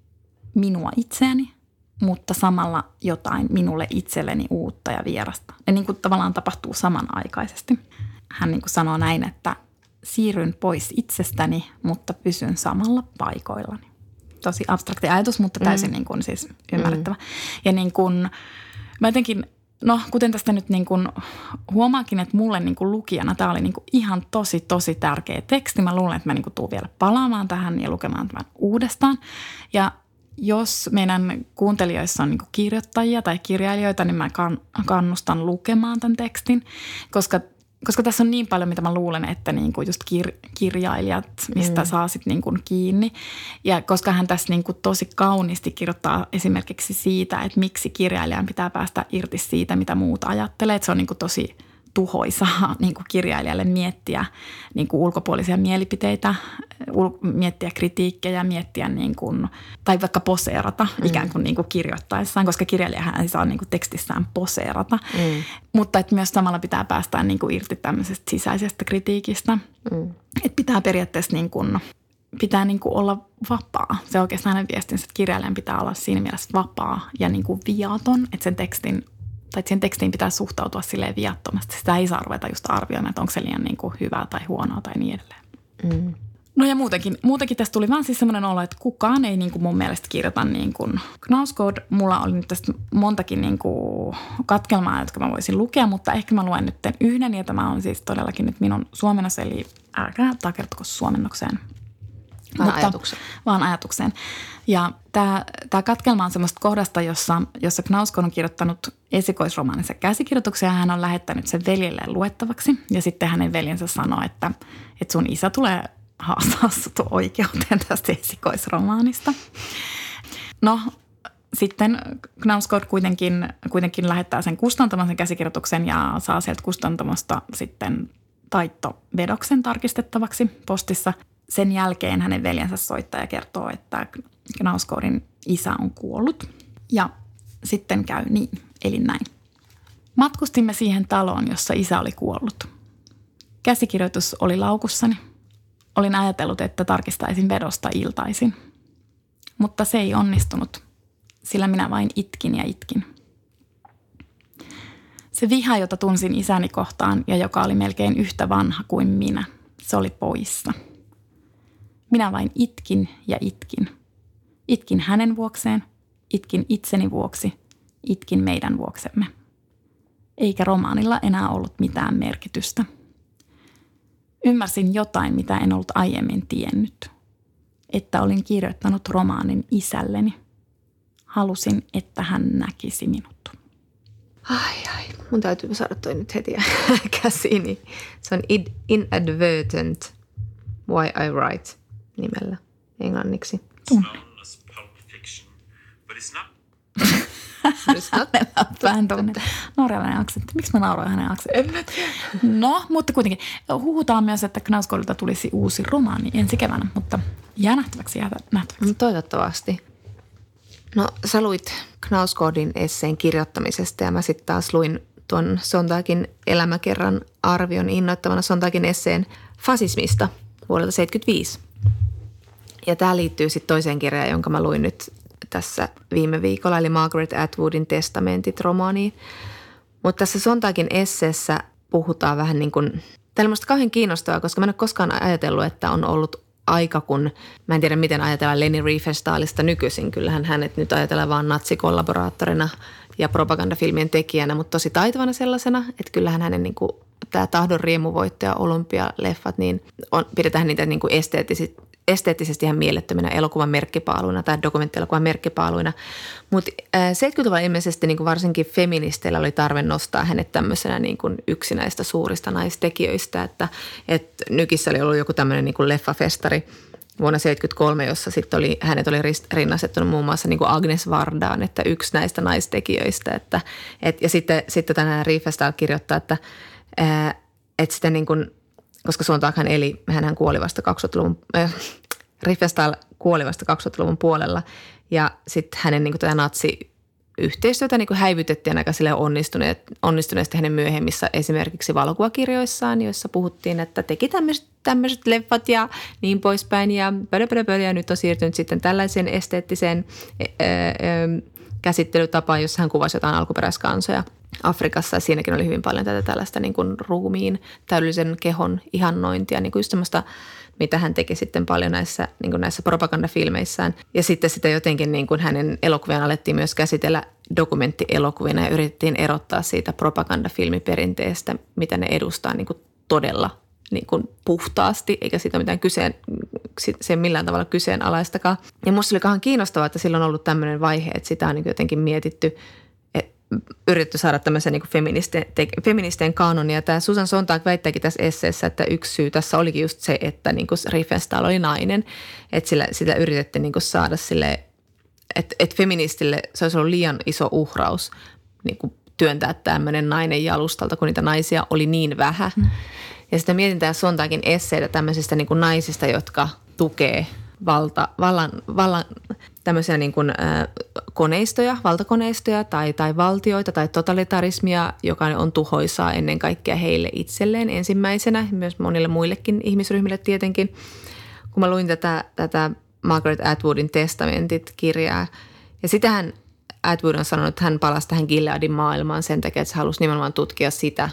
minua itseäni, mutta samalla jotain minulle itselleni uutta ja vierasta. Ne niin kuin tavallaan tapahtuu samanaikaisesti. Hän niin kuin sanoo näin, että siirryn pois itsestäni, mutta pysyn samalla paikoillani. Tosi abstrakti ajatus, mutta täysin niin kuin siis ymmärrettävä. Ja niin kuin, mä jotenkin, kuten tästä nyt niin kuin huomaakin, että mulle niin kuin lukijana tämä oli niin kuin ihan tosi tärkeä teksti. Mä luulen, että mä niin kuin tuun vielä palaamaan tähän ja lukemaan tämän uudestaan. Ja jos meidän kuuntelijoissa on niin kuin kirjoittajia tai kirjailijoita, niin mä kannustan lukemaan tämän tekstin, koska tässä on niin paljon, mitä mä luulen, että niin kuin just kirjailijat, mistä saa sitten niin kuin kiinni. Ja koska hän tässä niin kuin tosi kauniisti kirjoittaa esimerkiksi siitä, että miksi kirjailijan pitää päästä irti siitä, mitä muut ajattelee. Että se on niin kuin tosi tuhoisaa niin kuin kirjailijalle miettiä niin kuin ulkopuolisia mielipiteitä, miettiä kritiikkejä, miettiä niin kuin, tai vaikka poseerata ikään kuin, niin kuin kirjoittaessaan, koska kirjailijahan ei saa niin kuin tekstissään poseerata. Mutta että myös samalla pitää päästä niin kuin irti tämmöisestä sisäisestä kritiikistä. Että pitää periaatteessa niin kuin, olla vapaa. Se oikeastaan hänen viestinsä, että kirjailijan pitää olla siinä mielessä vapaa ja niin kuin viaton, että sen tekstiin pitää suhtautua silleen viattomasti. Sitä ei saa ruveta just arvioimaan, että onko se liian niin kuin hyvää tai huonoa tai niin edelleen. No ja muutenkin tästä tuli vaan siis semmoinen olo, että kukaan ei niin kuin mun mielestä kirjoita niin kuin Knausgård. Mulla oli nyt tästä montakin niin kuin katkelmaa, jotka mä voisin lukea, mutta ehkä mä luen nyt yhden ja tämä on siis todellakin nyt minun suomennos, eli älkää takertuko suomennokseen. Vaan ajatukseen. Ja tämä katkelma on semmoista kohdasta, jossa Knausgård on kirjoittanut esikoisromaaninsa käsikirjoituksia ja hän on lähettänyt sen veljelleen luettavaksi. Ja sitten hänen veljensä sanoo, että sun isä tulee haastaa sut oikeuteen tästä esikoisromaanista. No sitten Knausgård kuitenkin lähettää sen kustantaman sen käsikirjoituksen ja saa sieltä kustantamosta sitten taittovedoksen tarkistettavaksi postissa. Sen jälkeen hänen veljensä soittaa ja kertoo, että Knausgårdin isä on kuollut. Ja sitten käy niin, eli näin. Matkustimme siihen taloon, jossa isä oli kuollut. Käsikirjoitus oli laukussani. Olin ajatellut, että tarkistaisin vedosta iltaisin. Mutta se ei onnistunut, sillä minä vain itkin ja itkin. Se viha, jota tunsin isäni kohtaan ja joka oli melkein yhtä vanha kuin minä, se oli poissa. Minä vain itkin ja itkin. Itkin hänen vuokseen, itkin itseni vuoksi, itkin meidän vuoksemme. Eikä romaanilla enää ollut mitään merkitystä. Ymmärsin jotain, mitä en ollut aiemmin tiennyt. Että olin kirjoittanut romaanin isälleni. Halusin, että hän näkisi minut. Mun täytyy saada toi nyt heti käsiini. Se on Inadvertent Why I Write nimellä englanniksi. Vähän tuommoinen norjalainen aksentti. Miksi mä nauroin hänen aksenttiin? No, mutta kuitenkin huhutaan myös, että Knausgårdilta tulisi uusi romaani ensi keväänä, mutta jää nähtäväksi. Toivottavasti. No, sä luit Knausgårdin esseen kirjoittamisesta ja mä sitten taas luin tuon Sontagin elämäkerran arvion innoittavana Sontagin esseen fasismista vuodelta 1975. Ja tämä liittyy sitten toiseen kirjaan, jonka mä luin nyt tässä viime viikolla, eli Margaret Atwoodin Testamentit-romaaniin. Mutta tässä Sontagin esseessä puhutaan vähän niin kuin, tämä on musta kauhean kiinnostavaa, koska mä en ole koskaan ajatellut, että on ollut aika, kun mä en tiedä miten ajatellaan Leni Riefenstahlista nykyisin. Kyllähän hänet nyt ajatellaan vaan natsikollaboraattorina ja propagandafilmien tekijänä, mutta tosi taitavana sellaisena, että kyllähän hänen niin kuin, tämä Tahdon riemuvoitto ja Olympialeffat, niin pidetään niitä niin kuin esteettisesti ihan mielettöminä elokuvan merkkipaaluina tai dokumenttielokuvan merkkipaaluina. Mutta 70-luvulla ilmeisesti niin kuin varsinkin feministeillä oli tarve nostaa hänet tämmöisenä niin kuin yksi näistä suurista naistekijöistä, että Nykissä oli ollut joku tämmöinen niin kuin leffafestari vuonna 1973, jossa sitten hänet oli rinnastettunut muun muassa niin kuin Agnes Vardaan, että yksi näistä naistekijöistä. Ja sitten tänään Riefenstahl kirjoittaa, että sitä niin kuin, koska Sontaghan eli, hänhän kuoli vasta 2000-luvun, Riefenstahl kuoli vasta 2000-luvun puolella ja sitten hänen niin kuin tätä natsiyhteistyötä niin kuin häivytettiin aika sille onnistuneesti hänen myöhemmissä esimerkiksi valokuvakirjoissaan, joissa puhuttiin, että teki tämmöiset leffat ja niin poispäin ja ja nyt on siirtynyt sitten tällaiseen esteettiseen käsittelytapaan, jossa hän kuvasi jotain alkuperäiskansoja Afrikassa ja siinäkin oli hyvin paljon tätä tällaista niin kuin ruumiin, täydellisen kehon ihannointia, niin kuin just semmoista, mitä hän teki sitten paljon näissä, niin kuin näissä propagandafilmeissään. Ja sitten sitä jotenkin niin kuin hänen elokuviaan alettiin myös käsitellä dokumenttielokuvina ja yritettiin erottaa siitä propagandafilmiperinteestä, mitä ne edustaa niin kuin todella niin kuin puhtaasti, eikä siitä mitään se millään tavalla kyseenalaistakaan. Ja musta oli kauhean kiinnostavaa, että silloin on ollut tämmöinen vaihe, että sitä on niin kuin jotenkin mietitty, yritetty saada tämmöisen niin feministeen kanonia. Tämä Susan Sontag väittääkin tässä esseessä, että yksi syy tässä olikin just se, että niin kuin Riefenstahl oli nainen. Että sitä yritettiin niin kuin saada sille, että feministille se olisi ollut liian iso uhraus niin kuin työntää tämmöinen nainen jalustalta, kun niitä naisia oli niin vähän. Ja sitten mietin tämä Sontagin esseitä tämmöisistä niin kuin naisista, jotka tukee vallan tämmöisiä niin kuin, valtakoneistoja tai valtioita tai totalitarismia, joka on tuhoisaa ennen kaikkea heille itselleen ensimmäisenä, myös monille muillekin ihmisryhmille tietenkin. Kun mä luin tätä Margaret Atwoodin Testamentit-kirjaa, ja sitähän Atwood on sanonut, että hän palasi tähän Gileadin maailmaan sen takia, että hän halusi nimenomaan tutkia sitä,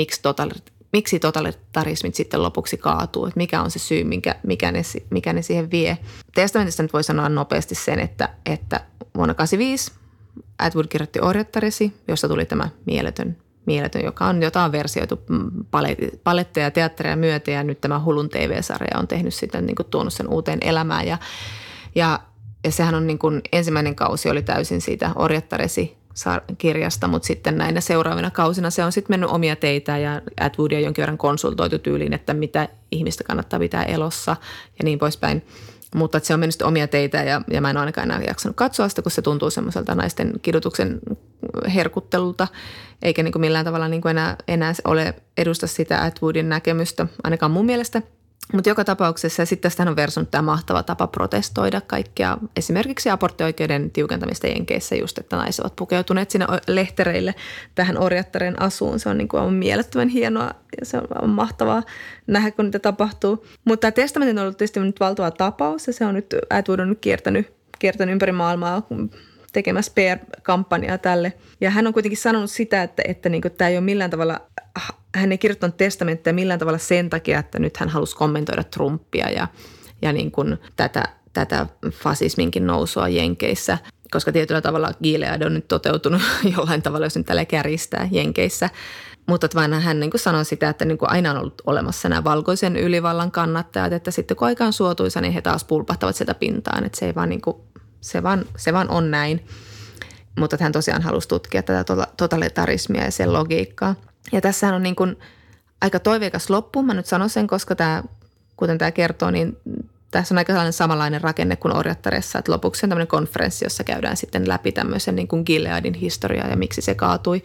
miksi totalitarismit sitten lopuksi kaatuu, että mikä on se syy, mikä ne siihen vie. Testamentista nyt voi sanoa nopeasti sen, että vuonna 1985 Atwood kirjoitti Orjattaresi, josta tuli tämä mieletön, jota on versioitu paletteja, teatteria myöten ja nyt tämä Hulun TV-sarja on tehnyt sitten niin kuin tuonut sen uuteen elämään ja sehän on niin kuin ensimmäinen kausi oli täysin siitä Orjattaresi kirjasta, mutta sitten näinä seuraavina kausina se on sitten mennyt omia teitä ja Atwoodia jonkin verran konsultoitu tyyliin, että mitä ihmistä kannattaa pitää elossa ja niin poispäin. Mutta se on mennyt sitten omia teitä ja mä en ole ainakaan enää jaksanut katsoa sitä, kun se tuntuu semmoiselta naisten kidutuksen herkuttelulta, eikä niin kuin millään tavalla niin kuin enää ole edusta sitä Atwoodin näkemystä, ainakaan mun mielestä. Mutta joka tapauksessa, ja sitten tästähän on versunut tämä mahtava tapa protestoida kaikkea, esimerkiksi aborttioikeuden tiukentamista Jenkeissä just, että naiset ovat pukeutuneet sinne lehtereille tähän orjattareen asuun. Se on niin kuin on mielettömän hienoa ja se on mahtavaa nähdä, kun niitä tapahtuu. Mutta tämä testamentti on ollut tietysti nyt valtava tapaus ja se on nyt, Atwood on nyt kiertänyt ympäri maailmaa tekemässä PR-kampanjaa tälle. Ja hän on kuitenkin sanonut sitä, että niin kuin tämä ei ole millään tavalla, hän ei kirjoittanut testamenttia millään tavalla sen takia, että nyt hän halusi kommentoida Trumpia ja niin kuin tätä fasisminkin nousua Jenkeissä, koska tietyllä tavalla Gilead on nyt toteutunut jollain tavalla, jos nyt tällä kärjistää Jenkeissä. Mutta vaan hän niin kuin sanoi sitä, että niin kuin aina on ollut olemassa nämä valkoisen ylivallan kannattajat, että sitten kun aika on suotuisa, niin he taas pulpahtavat sieltä pintaan, että se ei vaan niin kuin, se vaan on näin. mutta hän tosiaan halusi tutkia tätä totalitarismia ja sen logiikkaa. Ja tässähän on niin kuin aika toiveikas loppu. Mä nyt sanon sen, koska kuten tämä kertoo, niin tässä on aika sellainen samanlainen rakenne kuin Orjattaressa, että lopuksi on tämmöinen konferenssi, jossa käydään sitten läpi tämmöisen niin kuin Gileadin historiaa ja miksi se kaatui.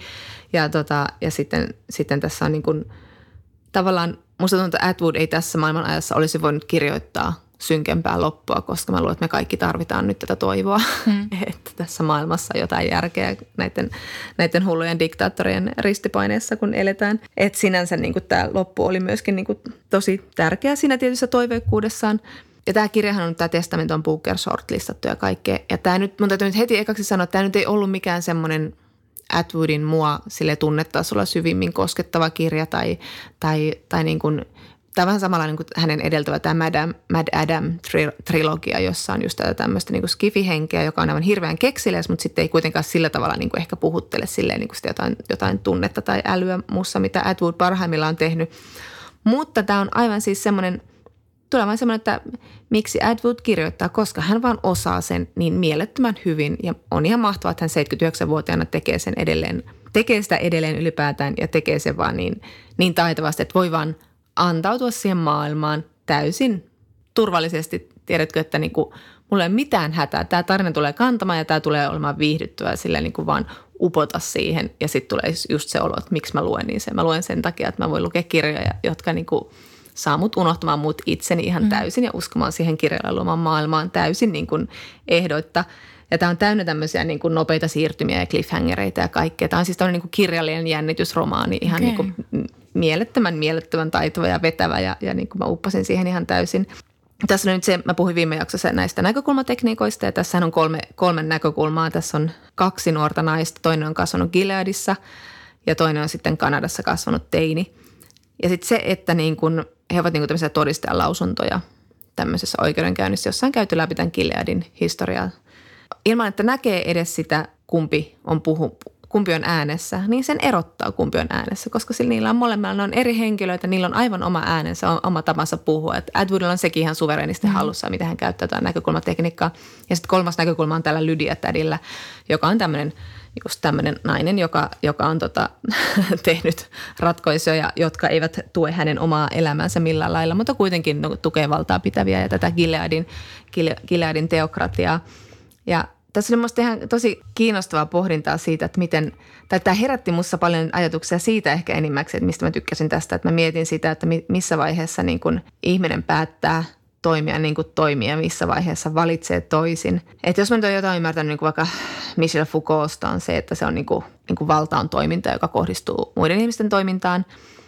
Ja sitten tässä on niin kuin, tavallaan, musta tuntuu, että Atwood ei tässä maailman ajassa olisi voinut kirjoittaa synkempää loppua, koska mä luulen, että me kaikki tarvitaan nyt tätä toivoa, että tässä maailmassa on jotain järkeä näiden hullujen diktaattorien ristipaineessa, kun eletään. Että sinänsä niin kuin tämä loppu oli myöskin niin kuin tosi tärkeä siinä tietyssä toiveikkuudessaan. Ja tämä kirjahan on, tämä Testamenton Booker shortlistattu ja kaikkea. Ja tämä nyt, mun täytyy nyt heti ekaksi sanoa, että tämä nyt ei ollut mikään semmoinen Atwoodin mua sille tunnetasolla syvimmin koskettava kirja tai niin kuin, tämä on vähän samanlainen kuin hänen edeltävä tämä Mad Adam-trilogia, jossa on just tätä tämmöistä niin kuin skifi-henkeä, joka on aivan hirveän kekseliäs, mutta sitten ei kuitenkaan sillä tavalla niin kuin ehkä puhuttele silleen niin kuin sitä jotain tunnetta tai älyä muussa, mitä Atwood parhaimmillaan on tehnyt. Mutta tämä on aivan siis semmoinen, tulee vain semmoinen, että miksi Atwood kirjoittaa, koska hän vaan osaa sen niin mielettömän hyvin ja on ihan mahtavaa, että hän 79-vuotiaana tekee sitä edelleen ylipäätään ja tekee sen vaan niin taitavasti, että voi vaan antautua siihen maailmaan täysin turvallisesti. Tiedätkö, että niin kuin, mulla ei ole mitään hätää. Tämä tarina tulee kantamaan ja tämä tulee olemaan viihdyttävää sillä niin kuin vaan upota siihen. Ja sitten tulee just se olo, että miksi mä luen niin sen. Mä luen sen takia, että mä voin lukea kirjoja, jotka niin kuin saa mut unohtamaan mut itseni ihan täysin ja uskomaan siihen kirjalla luomaan maailmaan täysin niin kuin ehdoitta. Ja tämä on täynnä tämmöisiä niin kuin nopeita siirtymiä ja cliffhangereita ja kaikkea. Tämä on siis tämmöinen niin kuin kirjallinen jännitysromaani, ihan niin kuin mielettömän taitava ja vetävä ja niin kuin mä uppasin siihen ihan täysin. Tässä on nyt se, mä puhuin viime jaksossa näistä näkökulmatekniikoista ja tässä on kolme näkökulmaa. Tässä on 2 nuorta naista, toinen on kasvanut Gileadissa ja toinen on sitten Kanadassa kasvanut teini. Ja sitten se, että niin kun, he ovat niin kun tämmöisiä todistajalausuntoja tämmöisessä oikeudenkäynnissä, jossa on käyty läpi tämän Gileadin historiaa. Ilman, että näkee edes sitä, kumpi on äänessä, niin sen erottaa, kumpi on äänessä, koska niillä on molemmilla, ne on eri henkilöitä, niillä on aivan oma äänensä, oma tapansa puhua. Että Atwoodilla on sekin ihan suverenisti hallussa, miten hän käyttää tätä näkökulmatekniikkaa. Ja sitten 3. näkökulma on tällä Lydia Tädillä, joka on tämmöinen nainen, joka on tehnyt ratkaisuja, jotka eivät tue hänen omaa elämänsä millään lailla, mutta kuitenkin tukee valtaa pitäviä ja tätä Gileadin teokratiaa. Ja tässä oli minusta ihan tosi kiinnostavaa pohdintaa siitä, että tämä herätti minussa paljon ajatuksia siitä ehkä enimmäkseen, että mistä mä tykkäsin tästä, että mä mietin sitä, että missä vaiheessa niin kun ihminen päättää toimia niin kuin toimia, missä vaiheessa valitsee toisin. Että jos mä nyt olen jotain ymmärtänyt, niin kuin vaikka Michel Foucault'sta on se, että se on niin kuin valta on toiminta, joka kohdistuu muiden ihmisten toimintaan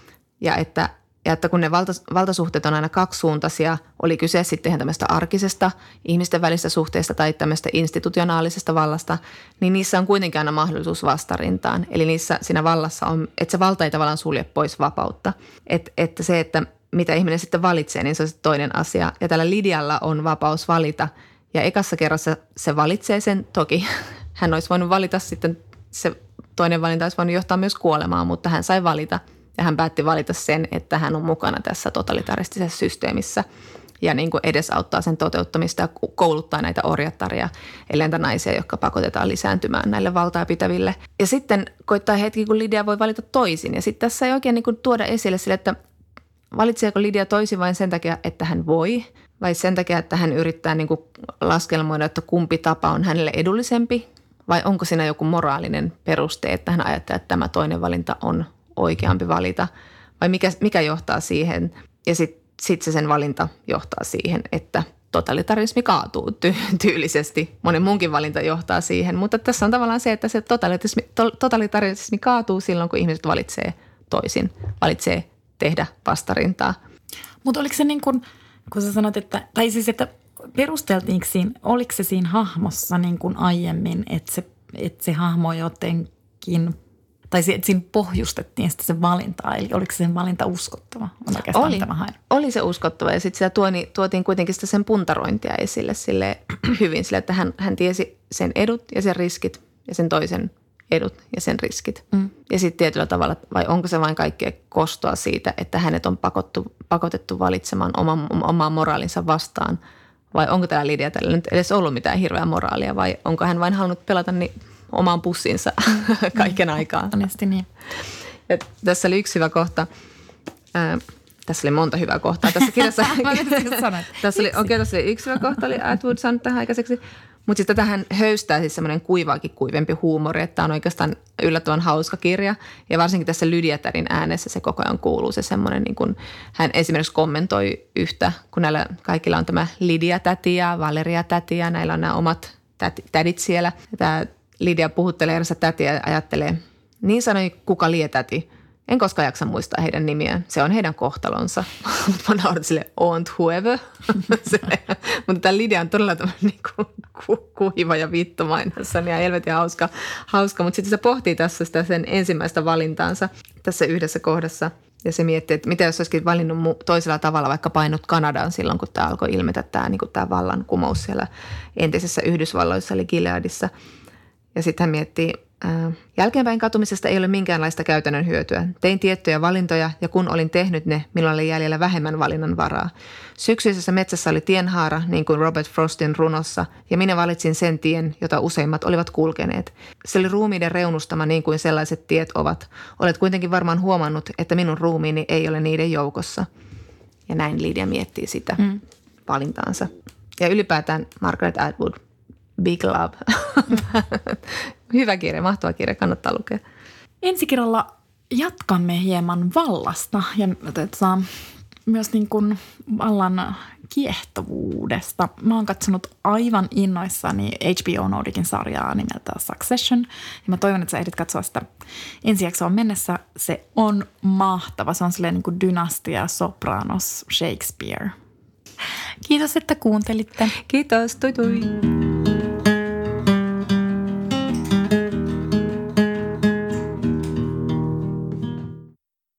ja että kun ne valtasuhteet on aina kaksisuuntaisia, oli kyse sitten ihan tämmöistä arkisesta ihmisten välistä suhteesta tai tämmöistä institutionaalisesta vallasta, niin niissä on kuitenkin aina mahdollisuus vastarintaan. Eli siinä vallassa on, että se valta ei tavallaan sulje pois vapautta. Että se, että mitä ihminen sitten valitsee, niin se on sitten toinen asia. Ja tällä Lydialla on vapaus valita ja ekassa kerrassa se valitsee sen. Toki hän olisi voinut valita sitten, se toinen valinta olisi voinut johtaa myös kuolemaan, mutta hän sai valita. Ja hän päätti valita sen, että hän on mukana tässä totalitaristisessa systeemissä ja niin kuin edesauttaa sen toteuttamista ja kouluttaa näitä orjattaria, eli näitä naisia, jotka pakotetaan lisääntymään näille valtaa pitäville. Ja sitten koittaa hetki, kun Lydia voi valita toisin. Ja sitten tässä ei oikein niin kuin tuoda esille sille, että valitseeko Lydia toisin vain sen takia, että hän voi, vai sen takia, että hän yrittää niin kuin laskelmoida, että kumpi tapa on hänelle edullisempi, vai onko siinä joku moraalinen peruste, että hän ajattelee, että tämä toinen valinta on oikeampi valita, vai mikä johtaa siihen. Ja sitten sen valinta johtaa siihen, että totalitarismi kaatuu tyylisesti. Monen muunkin valinta johtaa siihen, mutta tässä on tavallaan se, että se totalitarismi kaatuu silloin, kun ihmiset valitsee toisin, valitsee tehdä vastarintaa. Mutta oliko se niin kuin, kun sä sanot, että perusteltiinko siinä, oliko se siinä hahmossa niin kuin aiemmin, että se hahmo jotenkin, tai että siinä pohjustettiin sitä sen valintaa, eli oliko se sen valinta uskottava? Oli se uskottava ja sitten siellä tuotiin kuitenkin sitä sen puntarointia esille hyvin sille, että hän tiesi sen edut ja sen riskit ja sen toisen edut ja sen riskit. Ja sitten tietyllä tavalla, vai onko se vain kaikkea kostoa siitä, että hänet on pakotettu valitsemaan omaa moraalinsa vastaan, vai onko täällä Lydia tällä nyt edes ollut mitään hirveää moraalia, vai onko hän vain halunnut pelata niin omaan pussiinsa kaiken aikaa. Honesti niin. Ja tässä oli yksi hyvä kohta. Tässä oli monta hyvää kohtaa tässä kirjassa. Tässä oli yksi hyvä kohta, oli Atwood saanut tähän aikaiseksi. Mutta sitten tähän höystää siis semmoinen kuivempi huumori, että tämä on oikeastaan yllättävän hauska kirja. Ja varsinkin tässä Lydia Tädin äänessä se koko ajan kuuluu se semmoinen, niin kuin hän esimerkiksi kommentoi yhtä, kun näillä kaikilla on tämä Lydia-täti ja Valeria-täti ja näillä on nämä omat tädit siellä. Ja tämä Lydia puhuttelee erässä tätiä ja ajattelee, niin sanoi kuka lie täti. En koskaan jaksa muistaa heidän nimiään. Se on heidän kohtalonsa. Mutta mä nautin silleen, aunt whoever. Mutta tämä Lydia on todella niin kuiva ja vittumainen. Se on ihan helvetin hauska. Mutta sitten se pohtii tässä sitä sen ensimmäistä valintaansa tässä yhdessä kohdassa. Ja se miettii, että mitä jos olisikin valinnut toisella tavalla, vaikka painut Kanadaan silloin, kun tämä alkoi ilmetä tämä vallankumous siellä entisessä Yhdysvalloissa, eli Gileadissa. Ja sitten hän miettii, jälkeenpäin katumisesta ei ole minkäänlaista käytännön hyötyä. Tein tiettyjä valintoja ja kun olin tehnyt ne, minulla oli jäljellä vähemmän valinnan varaa. Syksyisessä metsässä oli tienhaara, niin kuin Robert Frostin runossa, ja minä valitsin sen tien, jota useimmat olivat kulkeneet. Se oli ruumiiden reunustama niin kuin sellaiset tiet ovat. Olet kuitenkin varmaan huomannut, että minun ruumiini ei ole niiden joukossa. Ja näin Lydia miettii sitä valintaansa. Ja ylipäätään Margaret Atwood, big love. Hyvä kirja, mahtava kirja, kannattaa lukea. Ensi kerralla jatkamme hieman vallasta ja myös niin kuin vallan kiehtovuudesta. Mä oon katsonut aivan innoissani HBO Nordicin sarjaa nimeltä Succession. Ja mä toivon, että sä ehdit katsoa sitä ensi jaksoon mennessä. Se on mahtava. Se on silleen niin kuin Dynastia, Sopranos, Shakespeare. Kiitos, että kuuntelitte. Kiitos, tui tui.